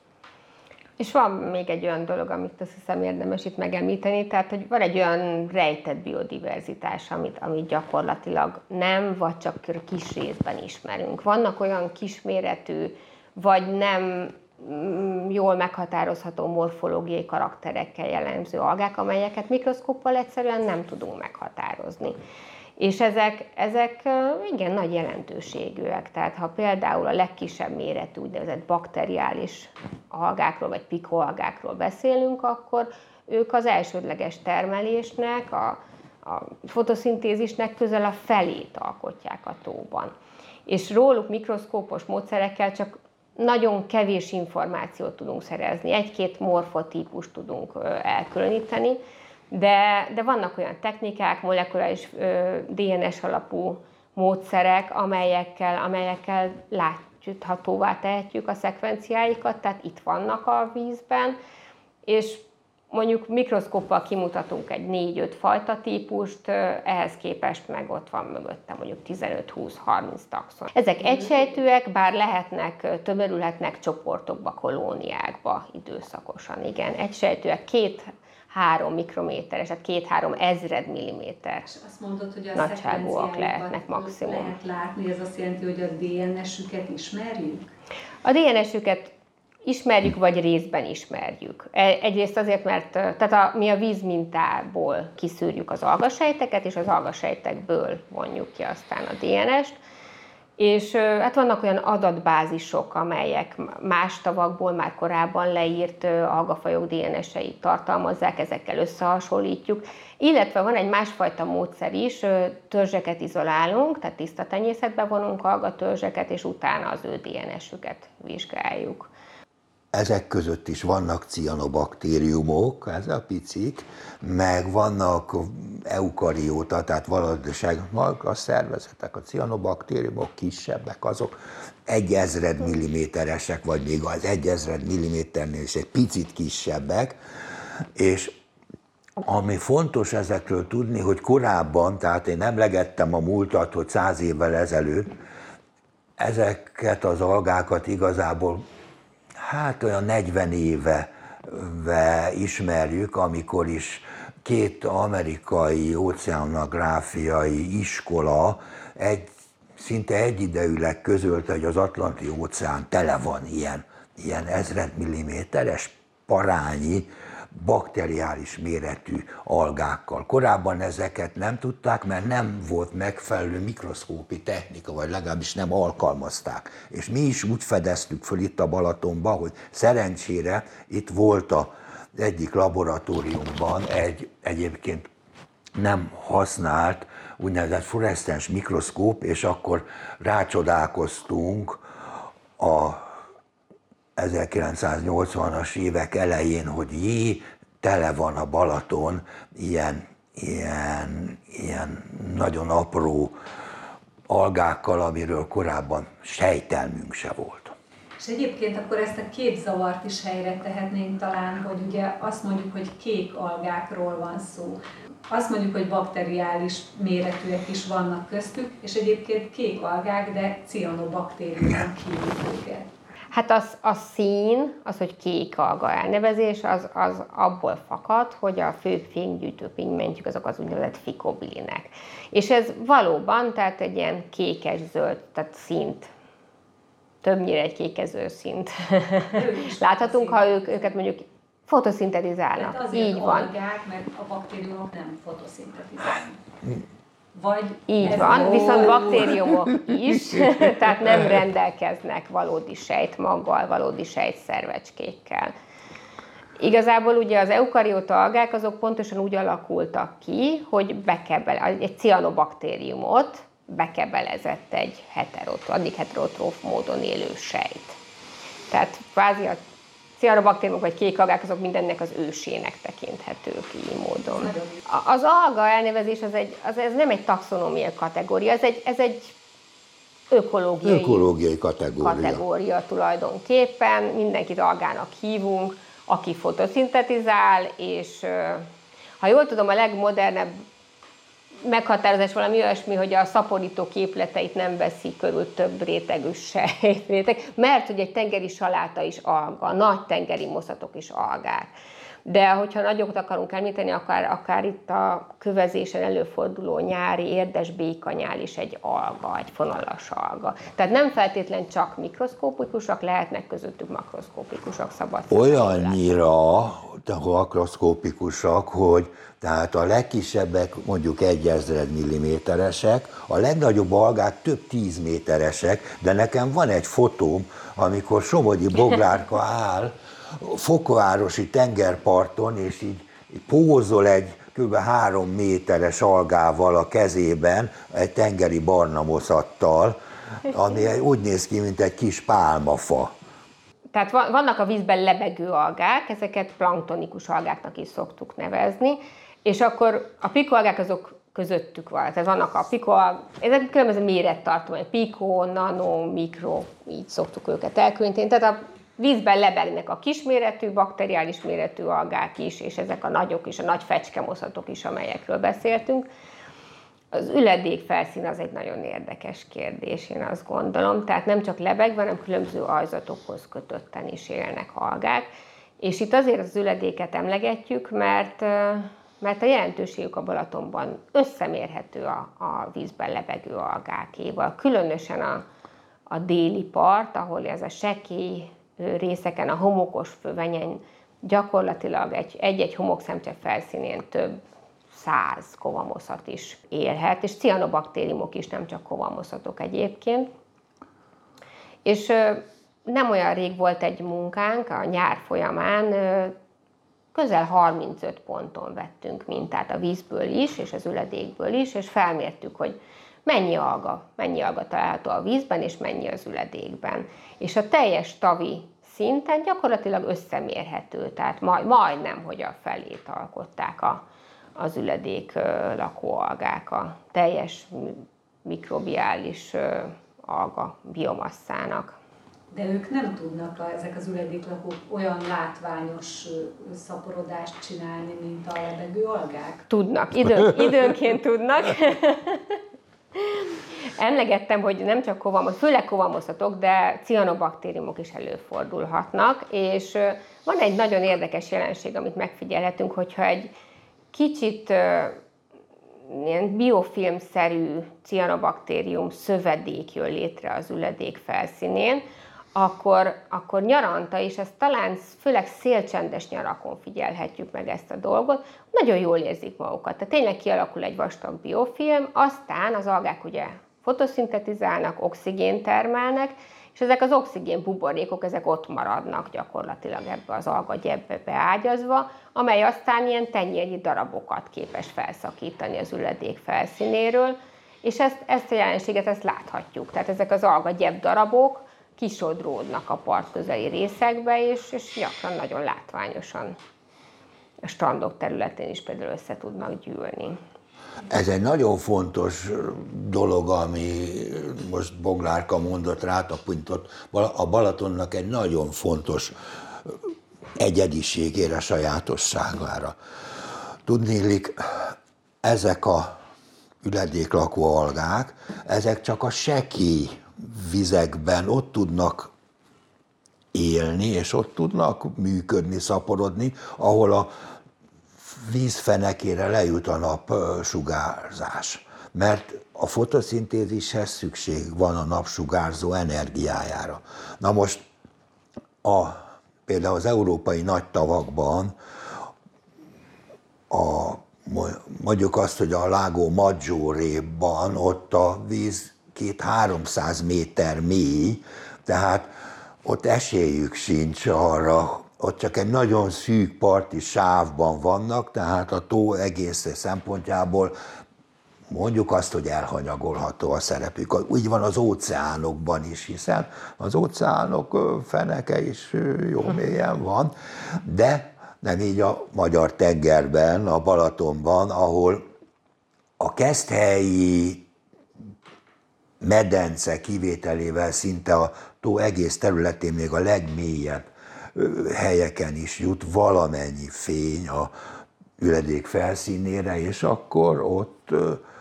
És van még egy olyan dolog, amit azt hiszem érdemes itt megemlíteni, tehát hogy van egy olyan rejtett biodiverzitás, amit, amit gyakorlatilag nem, vagy csak kis részben ismerünk. Vannak olyan kisméretű, vagy nem jól meghatározható morfológiai karakterekkel jellemző algák, amelyeket mikroszkóppal egyszerűen nem tudunk meghatározni. És ezek, ezek igen nagy jelentőségűek. Tehát ha például a legkisebb méretű úgynevezett bakteriális algákról vagy pikroalgákról beszélünk, akkor ők az elsődleges termelésnek, a, a fotoszintézisnek közel a felét alkotják a tóban. És róluk mikroszkópos módszerekkel csak nagyon kevés információt tudunk szerezni, egy-két morfotípust tudunk elkülöníteni, De, de vannak olyan technikák, molekuláris dé en es alapú módszerek, amelyekkel, amelyekkel láthatóvá tehetjük a szekvenciáikat, tehát itt vannak a vízben, és mondjuk mikroszkóppal kimutatunk egy négy-öt fajta típust, ehhez képest meg ott van mögöttem mondjuk tizenöt-húsz-harminc taxon. Ezek egysejtűek, bár lehetnek, tömörülhetnek csoportokba, kolóniákba időszakosan, igen. Egysejtűek két három mikrométeres, tehát két-három ezred milliméter azt mondod, hogy a nagyságúak lehetnek maximum. Lehet látni, ez azt jelenti, hogy a dé en es-üket ismerjük? A dé en es-üket ismerjük, vagy részben ismerjük. Egyrészt azért, mert tehát a, mi a vízmintából kiszűrjük az algasejteket, és az algasejtekből vonjuk ki aztán a dé en est, És hát vannak olyan adatbázisok, amelyek más tavakból már korábban leírt algafajok dé en es-eit tartalmazzák, ezekkel összehasonlítjuk. Illetve van egy másfajta módszer is, törzseket izolálunk, tehát tiszta tenyészetbe vonunk algatörzseket, és utána az ő dé en es-üket vizsgáljuk. Ezek között is vannak cianobaktériumok, ez a picik, meg vannak eukarióta, tehát valóság, a szervezetek, a cianobaktériumok kisebbek, azok egy ezred milliméteresek, vagy még az egy ezred milliméternél is egy picit kisebbek, és ami fontos ezekről tudni, hogy korábban, tehát én emlegettem a múltat, hogy száz évvel ezelőtt, ezeket az algákat igazából hát olyan negyven éve ismerjük, amikor is két amerikai óceanográfiai iskola egy, szinte egyidejűleg közölte, hogy az Atlanti óceán tele van ilyen, ilyen ezred milliméteres parányi, bakteriális méretű algákkal. Korábban ezeket nem tudták, mert nem volt megfelelő mikroszkópi technika, vagy legalábbis nem alkalmazták. És mi is úgy fedeztük föl itt a Balatonban, hogy szerencsére itt volt az egyik laboratóriumban egy egyébként nem használt úgynevezett fluoreszcens mikroszkóp, és akkor rácsodálkoztunk a ezerkilencszáznyolcvanas évek elején, hogy jé, tele van a Balaton ilyen, ilyen, ilyen nagyon apró algákkal, amiről korábban sejtelmünk se volt. És egyébként akkor ezt a képzavart is helyre tehetnénk talán, hogy ugye azt mondjuk, hogy kék algákról van szó. Azt mondjuk, hogy bakteriális méretűek is vannak köztük, és egyébként kék algák, de cianobaktériumnak hívjuk őket. Hát az, a szín, az, hogy kék alga elnevezés, az, az abból fakad, hogy a fő fénygyűjtő pigmentjük azok az úgynevezett fikobilinek. És ez valóban, tehát egy ilyen kékes-zöld, tehát színt, többnyire egy kékező színt láthatunk, ha ők, őket mondjuk fotoszintetizálnak. Tehát azért így van. algák, mert a baktériumok nem fotoszintetizálnak. Vagy így van, ó. viszont baktériumok is, tehát nem rendelkeznek valódi sejtmaggal, valódi sejtszervecskékkel. Igazából ugye az eukarióta algák azok pontosan úgy alakultak ki, hogy bekebele, egy cianobaktériumot bekebelezett egy heterotróf, addig heterotróf módon élő sejt. Tehát kvázi a cianobaktériumok vagy kék algák azok mindennek az ősének tekinthetők így módon. Az alga elnevezés az egy, az, ez nem egy taxonómiai kategória, ez egy, ez egy ökológiai, ökológiai kategória. kategória tulajdonképpen. Mindenkit algának hívunk, aki fotoszintetizál, és ha jól tudom, a legmodernebb meghatározás valami olyasmi, hogy a szaporító képleteit nem veszi körül több rétegű sejtréteg, mert ugye egy tengeri saláta is alga, nagy tengeri moszatok is algák. De hogyha nagyokat akarunk említeni, akár, akár itt a kövezésen előforduló nyári érdes békanyál is egy alga, egy fonalas alga. Tehát nem feltétlen csak mikroszkópikusak, lehetnek közöttük makroszkópikusak, szabad. Olyannyira makroszkópikusak, hogy tehát a legkisebbek mondjuk egy ezred milliméteresek, a legnagyobb algák több tíz méteresek, de nekem van egy fotóm, amikor Somogyi Boglárka áll Fokvárosi tengerparton, és így, így pózol egy kb. három méteres algával a kezében, egy tengeri barnamoszattal, ami úgy néz ki, mint egy kis pálmafa. Tehát vannak a vízben lebegő algák, ezeket planktonikus algáknak is szoktuk nevezni, és akkor a pikoalgák azok közöttük van. Tehát vannak a pikoalgák, ezek különböző mérettartomány, piko, nano, mikro, így szoktuk őket elkülöníteni. Tehát a vízben lebegnek a kisméretű, bakteriális méretű algák is, és ezek a nagyok is, a nagy fecskemoszatok is, amelyekről beszéltünk. Az üledék felszín az egy nagyon érdekes kérdés, én azt gondolom. Tehát nem csak lebegve, hanem különböző ajzatokhoz kötötten is élnek algák. És itt azért az üledéket emlegetjük, mert, mert a jelentőségük a Balatonban összemérhető a, a vízben lebegő algákéval. Különösen a, a déli part, ahol ez a sekély részeken, a homokos fövenyen gyakorlatilag egy-egy homokszemcse felszínén több száz kovamoszat is élhet, és cianobaktériumok is, nem csak kovamoszatok egyébként. És nem olyan rég volt egy munkánk, a nyár folyamán közel harmincöt ponton vettünk mintát a vízből is, és az üledékből is, és felmértük, hogy mennyi alga, mennyi alga található a vízben, és mennyi az üledékben. És a teljes tavi szinten gyakorlatilag összemérhető, tehát majd, majdnem, hogy a felét alkották a, az üledék lakóalgák, a teljes mikrobiális alga biomasszának. De ők nem tudnak, a, ezek az üledéklakók olyan látványos szaporodást csinálni, mint a lebegő algák? Tudnak, idő, időnként tudnak. Emlegettem, hogy nem csak kovamosz, főleg kovamoszatok, de cianobaktériumok is előfordulhatnak, és van egy nagyon érdekes jelenség, amit megfigyelhetünk, hogyha egy kicsit ilyen biofilmszerű cianobaktérium szövedék jön létre az üledék felszínén, akkor, akkor nyaranta, és ezt talán főleg szélcsendes nyarakon figyelhetjük meg ezt a dolgot, nagyon jól érzik magukat. Tehát tényleg kialakul egy vastag biofilm, aztán az algák ugye fotoszintetizálnak, oxigént termelnek, és ezek az oxigén buborékok, ezek ott maradnak gyakorlatilag ebbe az algagyebbe beágyazva, amely aztán ilyen tenyérnyi darabokat képes felszakítani az üledék felszínéről, és ezt, ezt a jelenséget ezt láthatjuk. Tehát ezek az algagyebb darabok kisodródnak a part közeli részekbe, és, és gyakran nagyon látványosan a strandok területén is például össze tudnak gyűlni. Ez egy nagyon fontos dolog, ami most Boglárka mondott, rátapintott, a Balatonnak egy nagyon fontos egyediségére, sajátosságára. Tudniillik, ezek a üledéklakó algák, ezek csak a sekély vizekben ott tudnak élni, és ott tudnak működni, szaporodni, ahol a vízfenekére lejut a napsugárzás. Mert a fotoszintézishez szükség van a napsugárzó energiájára. Na most a, például az európai nagy tavakban a, mondjuk azt, hogy a Lago Maggiore-ban ott a víz két-háromszáz méter mély, tehát ott esélyük sincs arra, ott csak egy nagyon szűk parti sávban vannak, tehát a tó egész szempontjából mondjuk azt, hogy elhanyagolható a szerepük. Úgy van az óceánokban is, hiszen az óceánok feneke is jó mélyen van, de nem így a Magyar tengerben, a Balatonban, ahol a keszthelyi medence kivételével szinte a tó egész területén még a legmélyebb helyeken is jut valamennyi fény a üledék felszínére, és akkor ott,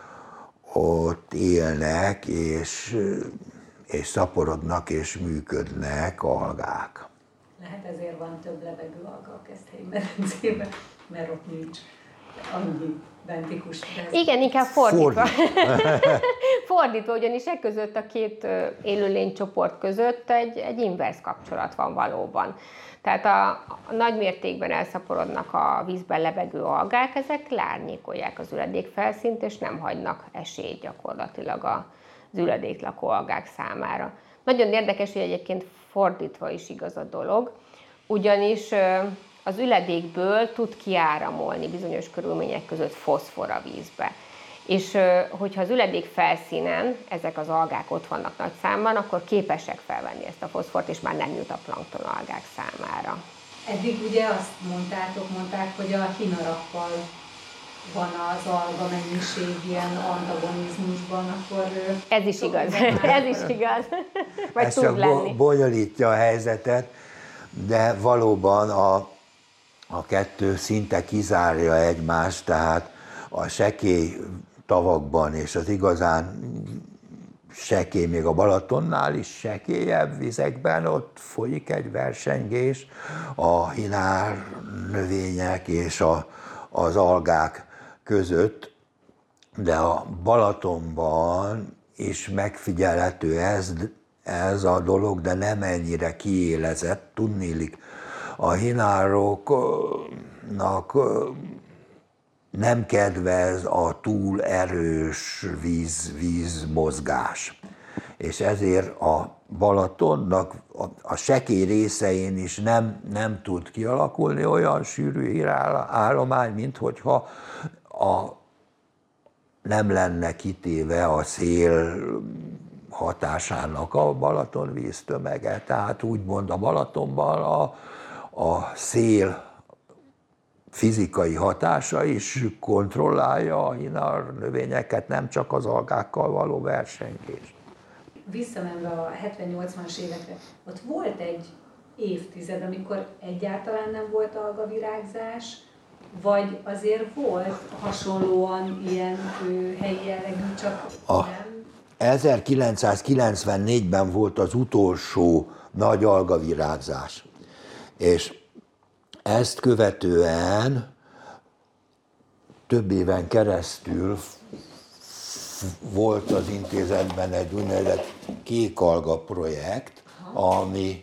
ott élnek, és, és szaporodnak, és működnek algák. Lehet ezért van több lebegő alga a Keszthelyi medencében, mert ott nincs annyi bentikus. Igen, inkább fordítva. Fordítva, fordítva ugyanis e között a két élőlénycsoport között egy, egy inverz kapcsolat van valóban. Tehát a, a nagy mértékben elszaporodnak a vízben lebegő algák, ezek leárnyékolják az üledék felszínt, és nem hagynak esélyt gyakorlatilag az üledéklakó algák számára. Nagyon érdekes, hogy egyébként fordítva is igaz a dolog, ugyanis az üledékből tud kiáramolni bizonyos körülmények között foszfor a vízbe. És hogyha az üledék felszínen ezek az algák ott vannak nagy számban, akkor képesek felvenni ezt a foszfort, és már nem jut a plankton algák számára. Eddig ugye azt mondtátok, mondták, hogy a hinarakkal van az alga mennyiség ilyen antagonizmusban, akkor... Ez is igaz, ez is igaz. Vagy ez tud csak lenni. bonyolítja a helyzetet, de valóban a, a kettő szinte kizárja egymást, tehát a sekély tavakban és az igazán sekély, még a Balatonnál is sekélyebb vizekben, ott folyik egy versengés a hinár növények és a, az algák között, de a Balatonban is megfigyelhető ez, ez a dolog, de nem ennyire kiélezett. Tudniillik, a hinároknak nem kedvez a túl erős víz, vízmozgás. és ezért a Balatonnak a, a sekély részein is nem, nem tud kialakulni olyan sűrű hírállomány, mint hogyha a, nem lenne kitéve a szél hatásának a Balaton víztömege. Tehát úgymond a Balatonban a, a szél fizikai hatása is kontrollálja a hínar növényeket, nem csak az algákkal való versengés. Visszamenve a hetven-nyolcvanas évekre, ott volt egy évtized, amikor egyáltalán nem volt algavirágzás, vagy azért volt hasonlóan ilyen ő, helyi jellegű, csak a nem? ezerkilencszázkilencvennégyben volt az utolsó nagy algavirágzás, és ezt követően több éven keresztül volt az intézetben egy úgynevezett kékalga projekt, ami,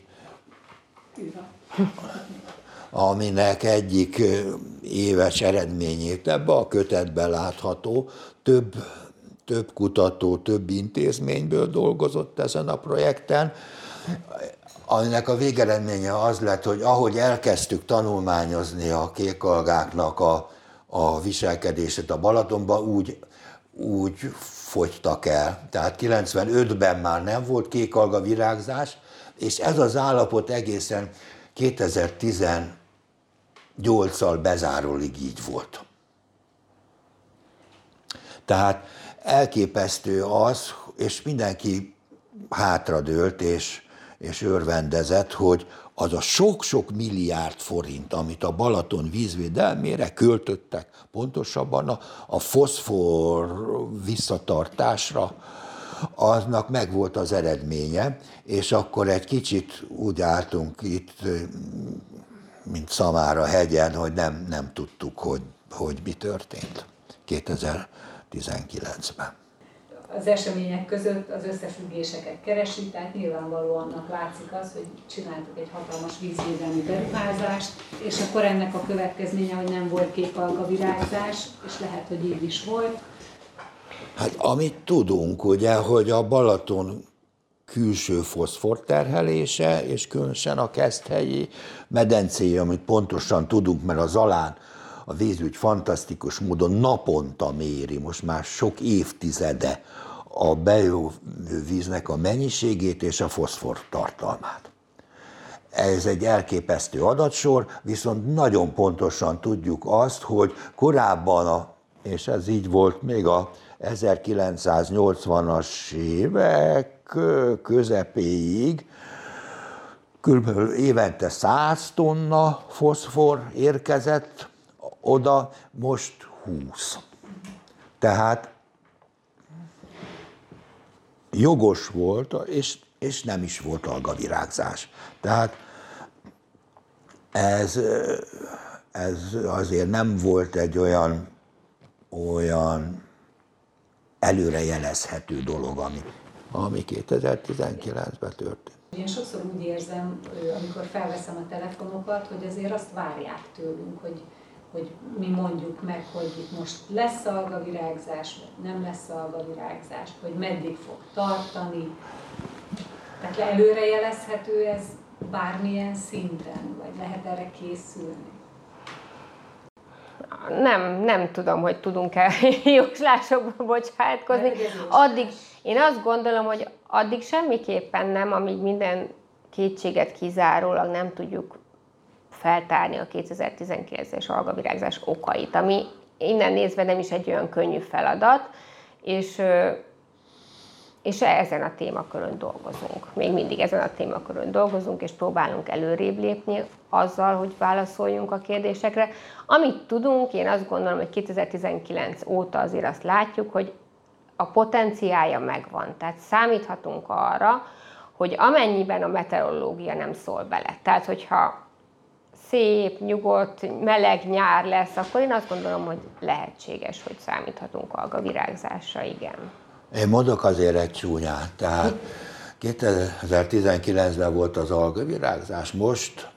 aminek egyik éves eredményét ebbe a kötetben látható. Több, több kutató, több intézményből dolgozott ezen a projekten, aminek a végeredménye az lett, hogy ahogy elkezdtük tanulmányozni a kékalgáknak a, a viselkedését a Balatonban, úgy, úgy fogytak el. Tehát kilencvenötben már nem volt kékalga virágzás, és ez az állapot egészen kétezer-tizennyolccal bezárólig így volt. Tehát elképesztő az, és mindenki hátradőlt, és és örvendezett, hogy az a sok-sok milliárd forint, amit a Balaton vízvédelmére költöttek, pontosabban a, a foszfor visszatartásra, aznak megvolt az eredménye, és akkor egy kicsit úgy álltunk itt, mint szamár a hegyen, hogy nem, nem tudtuk, hogy, hogy mi történt kétezer-tizenkilencben. Az események között az összefüggéseket keresi, tehát nyilvánvalóan látszik az, hogy csináltuk egy hatalmas vízvédelmi beruházást, és akkor ennek a következménye, hogy nem volt kékalgavirágzás, és lehet, hogy így is volt. Hát amit tudunk, ugye, hogy a Balaton külső foszforterhelése, és különösen a keszthelyi medencéje, amit pontosan tudunk, mert az Zalán a vízügy fantasztikus módon naponta méri, most már sok évtizede a bejövő víznek a mennyiségét és a foszfor tartalmát. Ez egy elképesztő adatsor, viszont nagyon pontosan tudjuk azt, hogy korábban, a, és ez így volt még a ezerkilencszáznyolcvanas évek közepéig, körülbelül évente száz tonna foszfor érkezett oda, most húsz. Tehát jogos volt, és, és nem is volt algavirágzás. Tehát ez, ez azért nem volt egy olyan, olyan előrejelezhető dolog, ami, ami kétezer-tizenkilencben történt. Én sokszor úgy érzem, amikor felveszem a telefonokat, hogy azért azt várják tőlünk, hogy hogy mi mondjuk meg, hogy itt most lesz algavirágzás, vagy nem lesz algavirágzás, hogy meddig fog tartani. Tehát előrejelezhető ez bármilyen szinten, vagy lehet erre készülni? Nem, nem tudom, hogy tudunk-e jóslásokba bocsátkozni. Addig, én azt gondolom, hogy addig semmiképpen nem, amíg minden kétséget kizárólag nem tudjuk feltárni a kétezer-tizenkilences algavirágzás okait, ami innen nézve nem is egy olyan könnyű feladat, és, és ezen a témakörön dolgozunk. Még mindig ezen a témakörön dolgozunk, és próbálunk előrébb lépni azzal, hogy válaszoljunk a kérdésekre. Amit tudunk, én azt gondolom, hogy kétezer-tizenkilenc óta azért azt látjuk, hogy a potenciálja megvan. Tehát számíthatunk arra, hogy amennyiben a meteorológia nem szól bele. Tehát, hogyha szép, nyugodt, meleg nyár lesz, akkor én azt gondolom, hogy lehetséges, hogy számíthatunk algavirágzásra, igen. Én mondok azért egy csúnyát, tehát kétezer-tizenkilencben volt az algavirágzás, most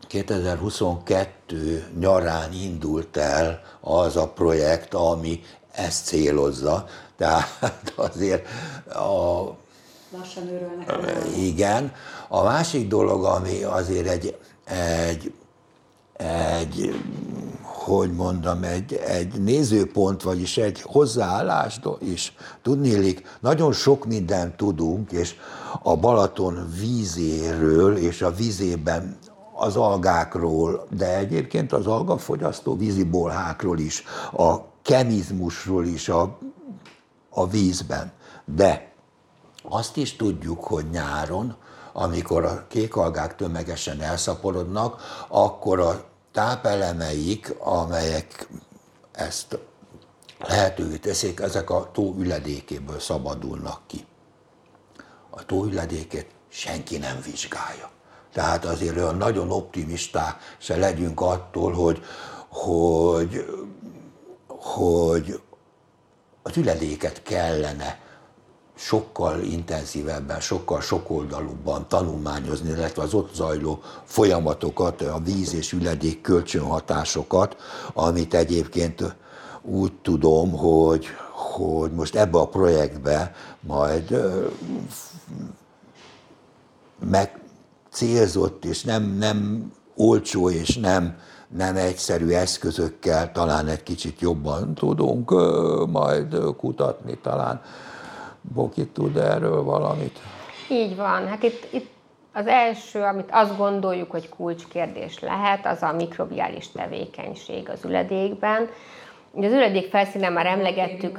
kétezer-huszonkettő nyarán indult el az a projekt, ami ezt célozza, tehát azért a... Lassan őrölnek. Igen. A másik dolog, ami azért egy, egy, egy hogy mondom, egy, egy nézőpont, vagyis egy hozzáállás is. Tudniillik, nagyon sok mindent tudunk, és a Balaton vízéről és a vízében az algákról, de egyébként az algafogyasztó vízibolhákról is, a kemizmusról is a, a vízben. De azt is tudjuk, hogy nyáron, amikor a kékalgák tömegesen elszaporodnak, akkor a tápelemeik, amelyek ezt lehetővé teszik, ezek a tó üledékéből szabadulnak ki. A tó üledékét senki nem vizsgálja. Tehát azért olyan nagyon optimisták se legyünk attól, hogy, hogy, hogy az üledéket kellene sokkal intenzívebben, sokkal sokoldalúbban tanulmányozni, illetve az ott zajló folyamatokat, a víz és üledék kölcsönhatásokat, amit egyébként úgy tudom, hogy, hogy most ebbe a projektbe majd megcélzott és nem, nem olcsó és nem, nem egyszerű eszközökkel talán egy kicsit jobban tudunk majd kutatni, talán Boki tud erről valamit? Így van. Hát itt, itt az első, amit azt gondoljuk, hogy kulcskérdés lehet, az a mikrobiális tevékenység az üledékben. Ugye az üledék felszínen már emlegettük.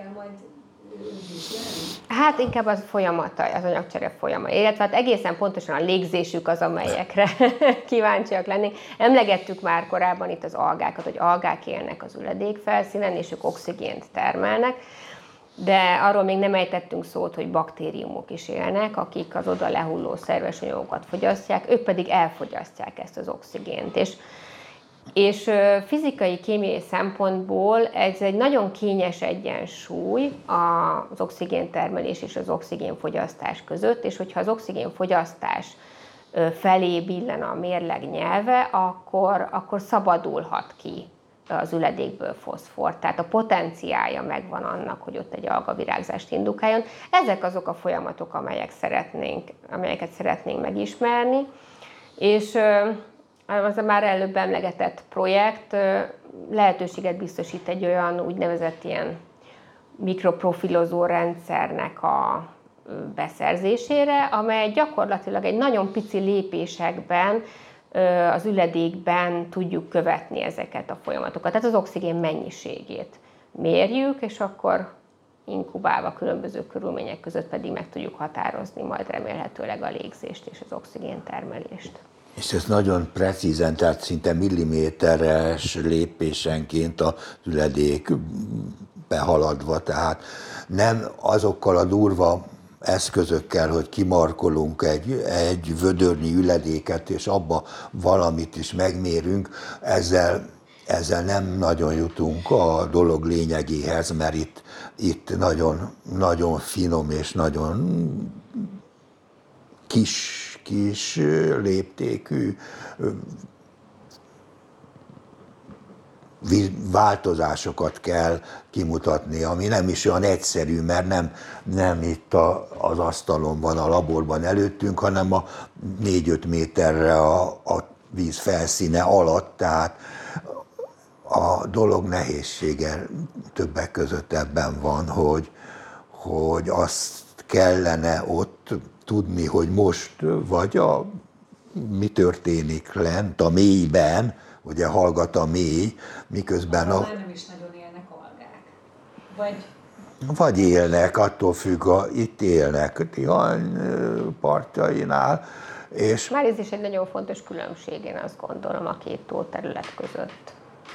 Hát inkább az folyamata, az anyagcsere folyamata, illetve hát egészen pontosan a légzésük az, amelyekre kíváncsiak lennénk. Emlegettük már korábban itt az algákat, hogy algák élnek az üledék felszínen, és ők oxigént termelnek. De arról még nem ejtettünk szót, hogy baktériumok is élnek, akik az oda lehulló szerves anyagokat fogyasztják, ők pedig elfogyasztják ezt az oxigént. És, és fizikai, kémiai szempontból ez egy nagyon kényes egyensúly az oxigéntermelés és az oxigénfogyasztás között, és hogyha az oxigénfogyasztás felé billen a mérleg nyelve, akkor, akkor szabadulhat ki az üledékből foszfor. Tehát a potenciálja megvan annak, hogy ott egy algavirágzást indukáljon. Ezek azok a folyamatok, amelyek szeretnénk, amelyeket szeretnénk megismerni. És az a már előbb emlegetett projekt lehetőséget biztosít egy olyan úgynevezett ilyen mikroprofilozó rendszernek a beszerzésére, amely gyakorlatilag egy nagyon pici lépésekben az üledékben tudjuk követni ezeket a folyamatokat. Tehát az oxigén mennyiségét mérjük, és akkor inkubálva különböző körülmények között pedig meg tudjuk határozni majd remélhetőleg a légzést és az oxigéntermelést. És ez nagyon precízen, tehát szinte milliméteres lépésenként az üledék behaladva, tehát nem azokkal a durva eszközökkel, hogy kimarkolunk egy, egy vödörnyi üledéket, és abba valamit is megmérünk, ezzel, ezzel nem nagyon jutunk a dolog lényegéhez, mert itt, itt nagyon, nagyon finom és nagyon kis, kis léptékű változásokat kell kimutatni, ami nem is olyan egyszerű, mert nem, nem itt a, az asztalon van a laborban előttünk, hanem a négy-öt méterre a, a víz felszíne alatt, tehát a dolog nehézsége többek között ebben van, hogy, hogy azt kellene ott tudni, hogy most vagy a, mi történik lent a mélyben, ugye hallgat a mély, miközben a... nem is nagyon élnek algák. Vagy... Vagy élnek, attól függ, a, itt élnek, Tihany partjainál, és... Már ez is egy nagyon fontos különbség, én azt gondolom, a két tóterület között.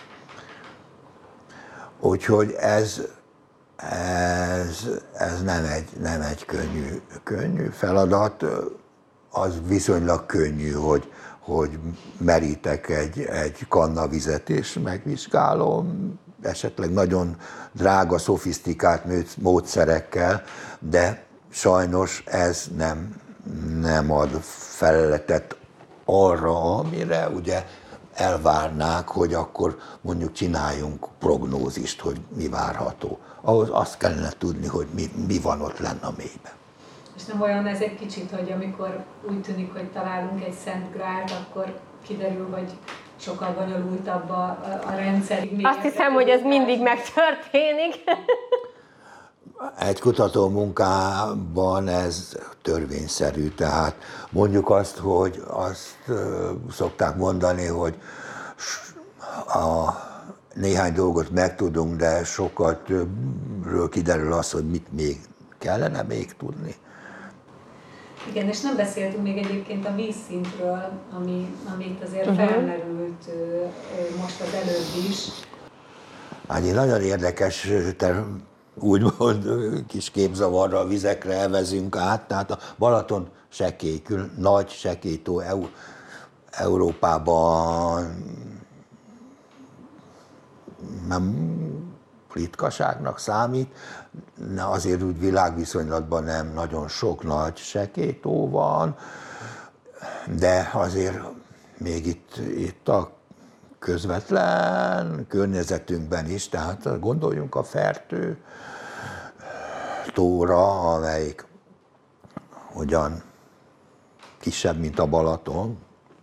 Úgyhogy ez, ez, ez nem egy, nem egy könnyű, könnyű feladat, az viszonylag könnyű, hogy hogy merítek egy, egy kanna vizet és megvizsgálom, esetleg nagyon drága, szofisztikált módszerekkel, de sajnos ez nem, nem ad feleletet arra, amire ugye elvárnák, hogy akkor mondjuk csináljunk prognózist, hogy mi várható. Ahhoz azt kellene tudni, hogy mi, mi van ott lenne a mélyben. És nem olyan ez egy kicsit, hogy amikor úgy tűnik, hogy találunk egy szent grált, akkor kiderül, hogy sokkal bonyolultabb a, a, a rendszer. Azt hiszem, hogy ez mindig megtörténik. Egy kutató munkában ez törvényszerű, tehát mondjuk azt, hogy azt szokták mondani, hogy a néhány dolgot megtudunk, de sokkal többről kiderül az, hogy mit még kellene még tudni. Igen, és nem beszéltünk még egyébként a vízszintről, ami, amit azért uh-huh. felmerült most az előbb is. Annyi nagyon érdekes, te úgymond kis képzavarra, vizekre elvezünk át, tehát a Balaton sekély, nagy sekélytó Európában nem ritkaságnak számít, azért úgy világviszonylatban nem nagyon sok nagy sekélytó van, de azért még itt, itt a közvetlen környezetünkben is, tehát gondoljunk a Fertő tóra, amelyik ugyan kisebb, mint a Balaton,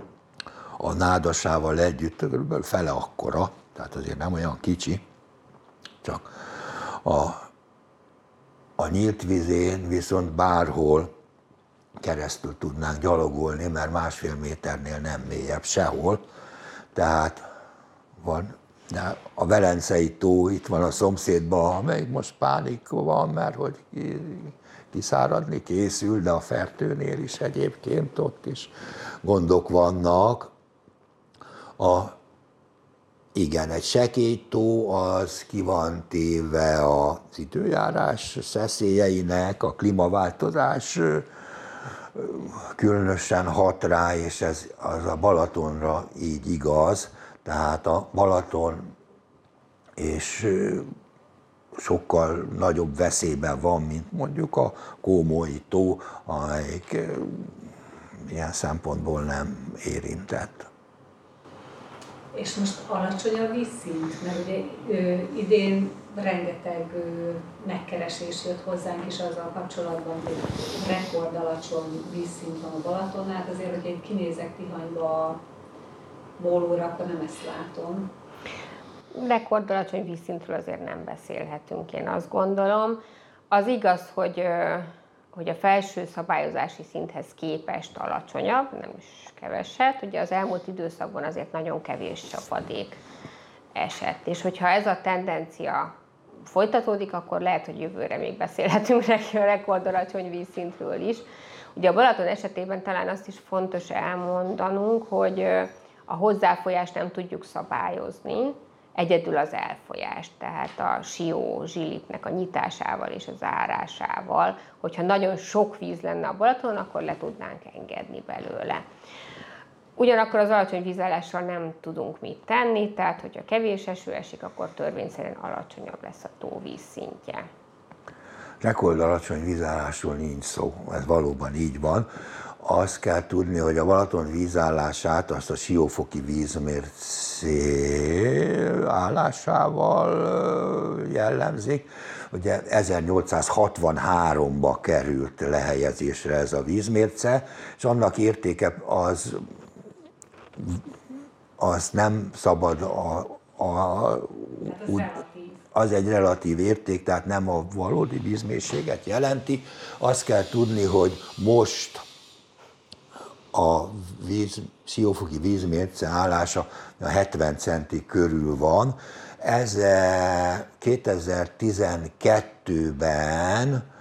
a Nádasával együtt körülbelül fele akkora, tehát azért nem olyan kicsi, csak a, a nyílt vízén viszont bárhol keresztül tudnánk gyalogolni, mert másfél méternél nem mélyebb sehol. Tehát van, de a Velencei tó itt van a szomszédban, amelyik most pánik van, mert hogy kiszáradni készül, de a Fertőnél is egyébként ott is gondok vannak. A Igen, egy sekélytó az ki van téve az időjárás szeszélyeinek, a klímaváltozás különösen hat rá, és ez az a Balatonra így igaz. Tehát a Balaton és sokkal nagyobb veszélyben van, mint mondjuk a Kómói tó, amelyik ilyen szempontból nem érintett. És most alacsony a vízszint, mert ugye ö, idén rengeteg ö, megkeresés jött hozzánk is azzal kapcsolatban, hogy rekord alacsony vízszint van a Balatonnál, hát azért, hogyha itt kinézek Tihanyba Bólóra, akkor nem ezt látom. Rekord alacsony vízszintről azért nem beszélhetünk, én azt gondolom. Az igaz, hogy, ö, hogy a felső szabályozási szinthez képest alacsonyabb, nem is keveset. Ugye az elmúlt időszakban azért nagyon kevés csapadék esett, és hogyha ez a tendencia folytatódik, akkor lehet, hogy jövőre még beszélhetünk rekordalacsony vízszintről is. Ugye a Balaton esetében talán azt is fontos elmondanunk, hogy a hozzáfolyást nem tudjuk szabályozni, egyedül az elfolyást, tehát a Sió zsilipnek a nyitásával és a zárásával, hogyha nagyon sok víz lenne a Balatonon, akkor le tudnánk engedni belőle. Ugyanakkor az alacsony vízállással nem tudunk mit tenni, tehát hogyha kevés eső esik, akkor törvényszerűen alacsonyabb lesz a tó vízszintje. Rekord alacsony vízállásról nincs szó, ez valóban így van. Azt kell tudni, hogy a Balaton vízállását azt a siófoki vízmércé állásával jellemzik. Ugye ezernyolcszázhatvanháromba került lehelyezésre ez a vízmérce, és annak értéke az, az nem szabad a, a, úgy, az egy relatív érték, tehát nem a valódi vízmélységet jelenti. Azt kell tudni, hogy most a víz, siófoki vízmérce állása a hetven centi körül van. Ez kétezer-tizenkettőben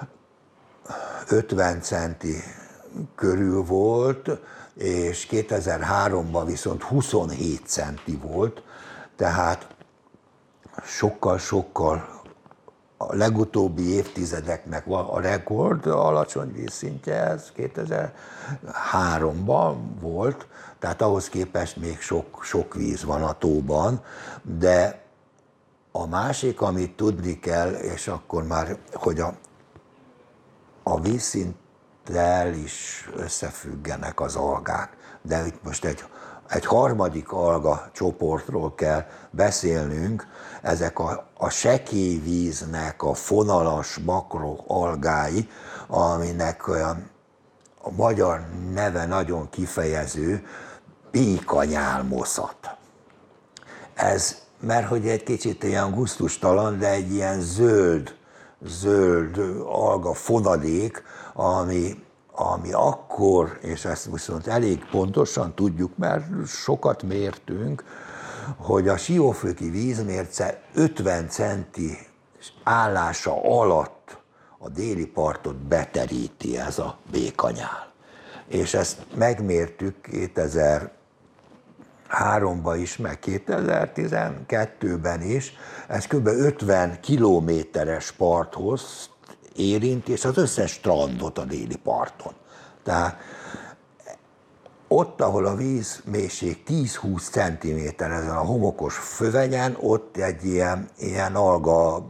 ötven centi körül volt, és kétezer-háromban viszont huszonhét centi volt, tehát sokkal-sokkal a legutóbbi évtizedeknek a rekord alacsony vízszintje, ez kétezer-háromban volt, tehát ahhoz képest még sok, sok víz van a tóban, de a másik, amit tudni kell, és akkor már, hogy a, a vízszinttel is összefüggenek az algák, de itt most egy egy harmadik alga csoportról kell beszélnünk, ezek a, a sekély víznek a fonalas makroalgái, aminek olyan a magyar neve nagyon kifejező, békanyálmoszat. Ez, mert hogy egy kicsit ilyen gusztustalan, de egy ilyen zöld, zöld alga fonadék, ami, ami akkor, és ezt viszont elég pontosan tudjuk, mert sokat mértünk, hogy a Sióföki vízmérce ötven centi állása alatt a déli partot beteríti ez a békanyál. És ezt megmértük kétezer-háromban is, meg kétezer-tizenkettőben is, ez kb. ötven kilométeres parthoz érint, és az összes strandot a déli parton. Tehát ott, ahol a vízmélység tíz-húsz centiméter ezen a homokos fövenyen, ott egy ilyen, ilyen alga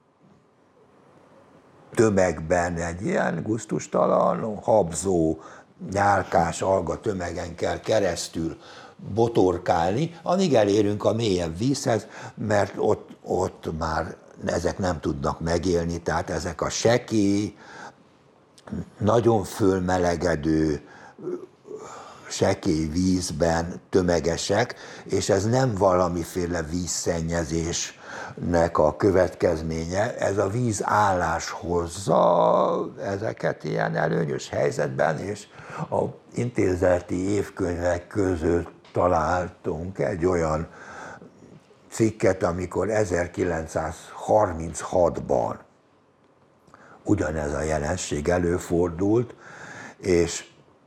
tömegben, egy ilyen gusztustalan, habzó, nyálkás alga tömegen kell keresztül botorkálni, amíg elérünk a mélyebb vízhez, mert ott, ott már ezek nem tudnak megélni, tehát ezek a sekély, nagyon fölmelegedő, sekély vízben tömegesek, és ez nem valamiféle vízszennyezésnek a következménye, ez a vízállás hozza ezeket ilyen előnyös helyzetben, és az intézeti évkönyvek között találtunk egy olyan cikket, amikor ezerkilencszázharminchatban ugyanez a jelenség előfordult, és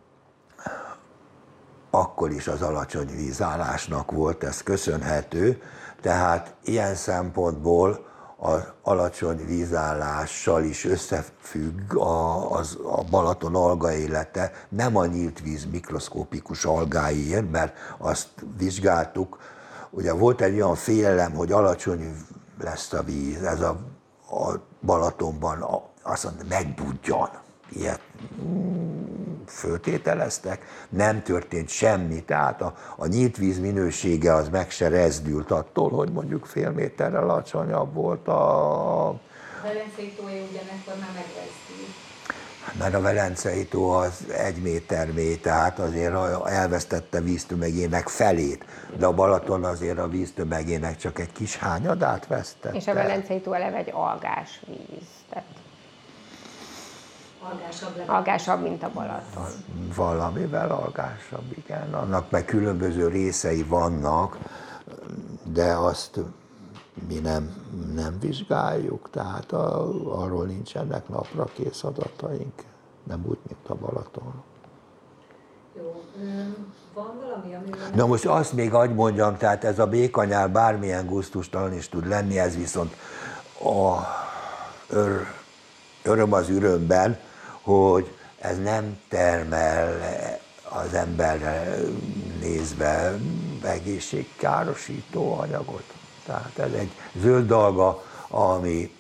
akkor is az alacsony vízállásnak volt ez köszönhető, tehát ilyen szempontból az alacsony vízállással is összefügg a, az, a Balaton algaélete, nem a nyílt víz mikroszkópikus algáiért, mert azt vizsgáltuk, ugye volt egy olyan félelem, hogy alacsony lesz a víz, ez a, a Balatonban azt mondta, megbudjan. Ilyet föltételeztek, nem történt semmi, tehát a, a nyílt víz minősége az meg se rezdült attól, hogy mondjuk fél méterrel alacsonyabb volt a... A Velencei tó ugyanekkor már megrezdült. Mert a Velencei tó az egy méter mély, tehát azért elvesztette víztömegének felét, de a Balaton azért a víztömegének csak egy kis hányadát vesztette. És a Velencei tó eleve egy algás víz, tehát Algásabb, algásabb, mint a Balaton. Valamivel algásabb, igen. Annak meg különböző részei vannak, de azt mi nem, nem vizsgáljuk, tehát a, arról nincsenek napra kész adataink, nem úgy, mint a Balaton. Jó, van valami, amivel... Na most azt még hadd mondjam, tehát ez a békanyál bármilyen gusztustalan is tud lenni, ez viszont a ör, öröm az ürömben, hogy ez nem termel az emberre nézve egészségkárosító anyagot. Tehát ez egy zöld alga, ami,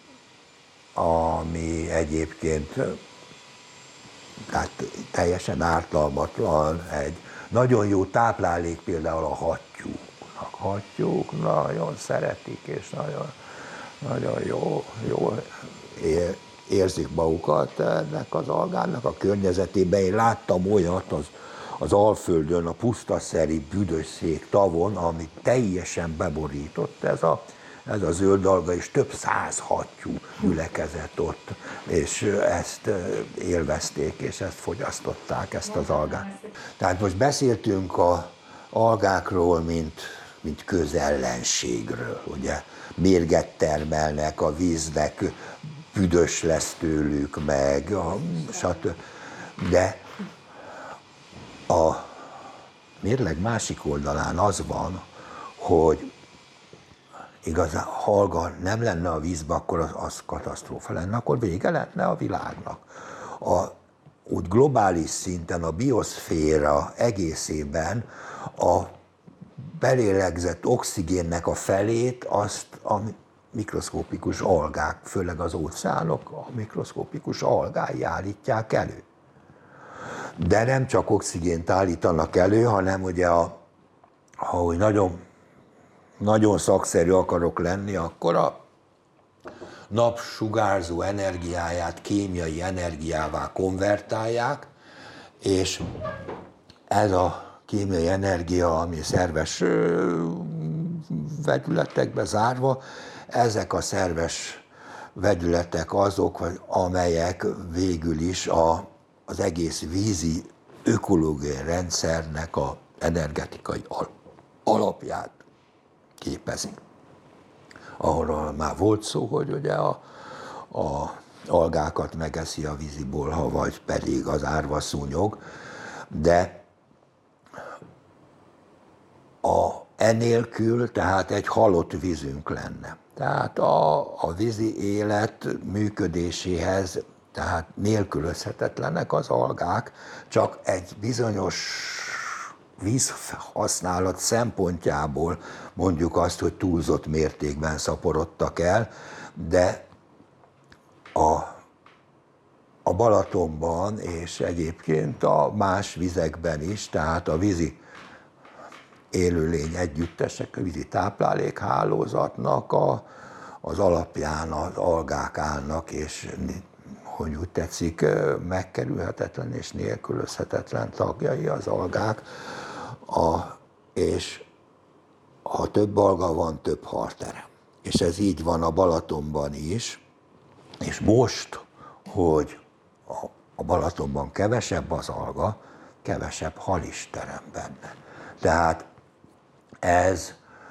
ami egyébként tehát teljesen ártalmatlan, egy nagyon jó táplálék például a hattyúknak. Hattyúk nagyon szeretik, és nagyon, nagyon jó, jó ér, érzik magukat ennek az algának a környezetében. Én láttam olyat az, az Alföldön, a pusztaszeri Büdös-szék tavon, ami teljesen beborított ez a, ez a zöld alga, és több száz hattyú gyülekezett ott, és ezt élvezték, és ezt fogyasztották, ezt az algát. Tehát most beszéltünk az algákról, mint, mint közellenségről, ugye? Mérget termelnek a víznek, büdös lesz tőlük, meg a, stb. De a mérleg másik oldalán az van, hogy igazán, ha alga nem lenne a vízben, akkor az, az katasztrófa lenne, akkor vége lenne a világnak. A, úgy globális szinten a bioszféra egészében a belélegzett oxigénnek a felét azt a mikroszkópikus algák, főleg az óceánok, a mikroszkópikus algái állítják elő. De nem csak oxigént állítanak elő, hanem ugye a, ha úgy nagyon, nagyon szakszerű akarok lenni, akkor a napsugárzó energiáját kémiai energiává konvertálják, és ez a kémiai energia, ami szerves vegyületekbe zárva, ezek a szerves vegyületek azok, amelyek végül is a, az egész vízi ökológiai rendszernek a energetikai alapját képezik. Arról már volt szó, hogy ugye a, a algákat megeszi a vízibolha, vagy pedig az árvaszúnyog, de a, enélkül tehát egy halott vízünk lenne. Tehát a, a vízi élet működéséhez tehát nélkülözhetetlenek az algák, csak egy bizonyos vízhasználat szempontjából mondjuk azt, hogy túlzott mértékben szaporodtak el, de a, a Balatonban és egyébként a más vizekben is, tehát a vízi élőlény együttesek, a vízi táplálékhálózatnak a, az alapján az algák állnak, és hogy úgy tetszik, megkerülhetetlen és nélkülözhetetlen tagjai az algák, a, és ha több alga van, több halterem. És ez így van a Balatonban is, és most, hogy a, a Balatonban kevesebb az alga, kevesebb hal is terem benne. Tehát ez,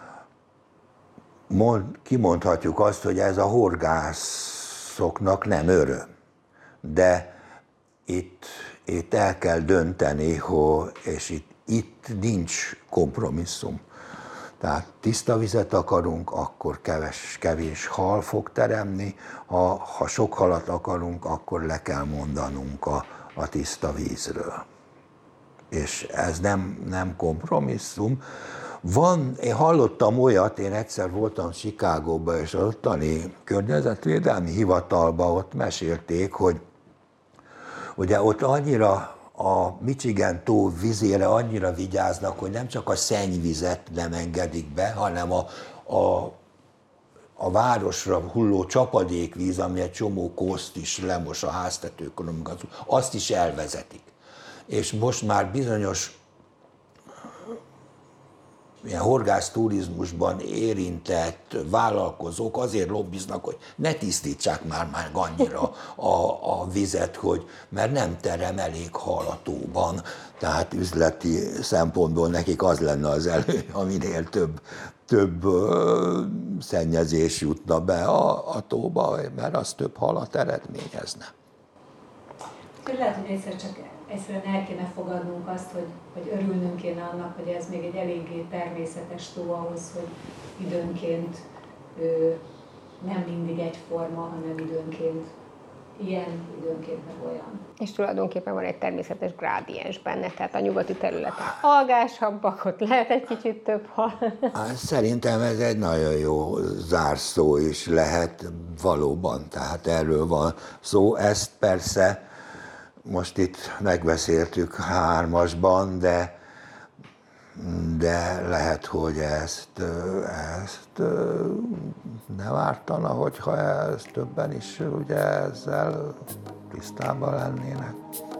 mond, kimondhatjuk azt, hogy ez a horgászoknak nem öröm. De itt, itt el kell dönteni, hogy, és itt, itt nincs kompromisszum. Tehát tiszta vizet akarunk, akkor keves, kevés hal fog teremni, ha, ha sok halat akarunk, akkor le kell mondanunk a, a tiszta vízről. És ez nem, nem kompromisszum. Van, én hallottam olyat, én egyszer voltam Chicagóban, és az ottani környezetvédelmi hivatalban ott mesélték, hogy ugye ott annyira a Michigan tó vizére annyira vigyáznak, hogy nem csak a szennyvizet nem engedik be, hanem a, a, a városra hulló csapadékvíz, ami egy csomó kószt is lemos a háztetőkön, azt is elvezetik. És most már bizonyos ilyen horgászturizmusban érintett vállalkozók azért lobbiznak, hogy ne tisztítsák már, már annyira a, a vizet, hogy, mert nem terem elég hal a tóban. Tehát üzleti szempontból nekik az lenne az elő, aminél több, több ö, szennyezés jutna be a, a tóba, mert az több halat eredményezne. Lehet, hogy egyszer csak egyszerűen el kéne fogadnunk azt, hogy, hogy örülnünk kéne annak, hogy ez még egy eléggé természetes tó ahhoz, hogy időnként ö, nem mindig egyforma, hanem időnként ilyen, időnként meg olyan. És tulajdonképpen van egy természetes grádiens benne, tehát a nyugati területen algásabbak, ott lehet egy kicsit több hal. Szerintem ez egy nagyon jó zárszó is lehet valóban, tehát erről van szó. Ezt persze most itt megbeszéltük hármasban, de, de lehet, hogy ezt, ezt nem ártana, hogyha ez többen is ugye ezzel tisztában lennének.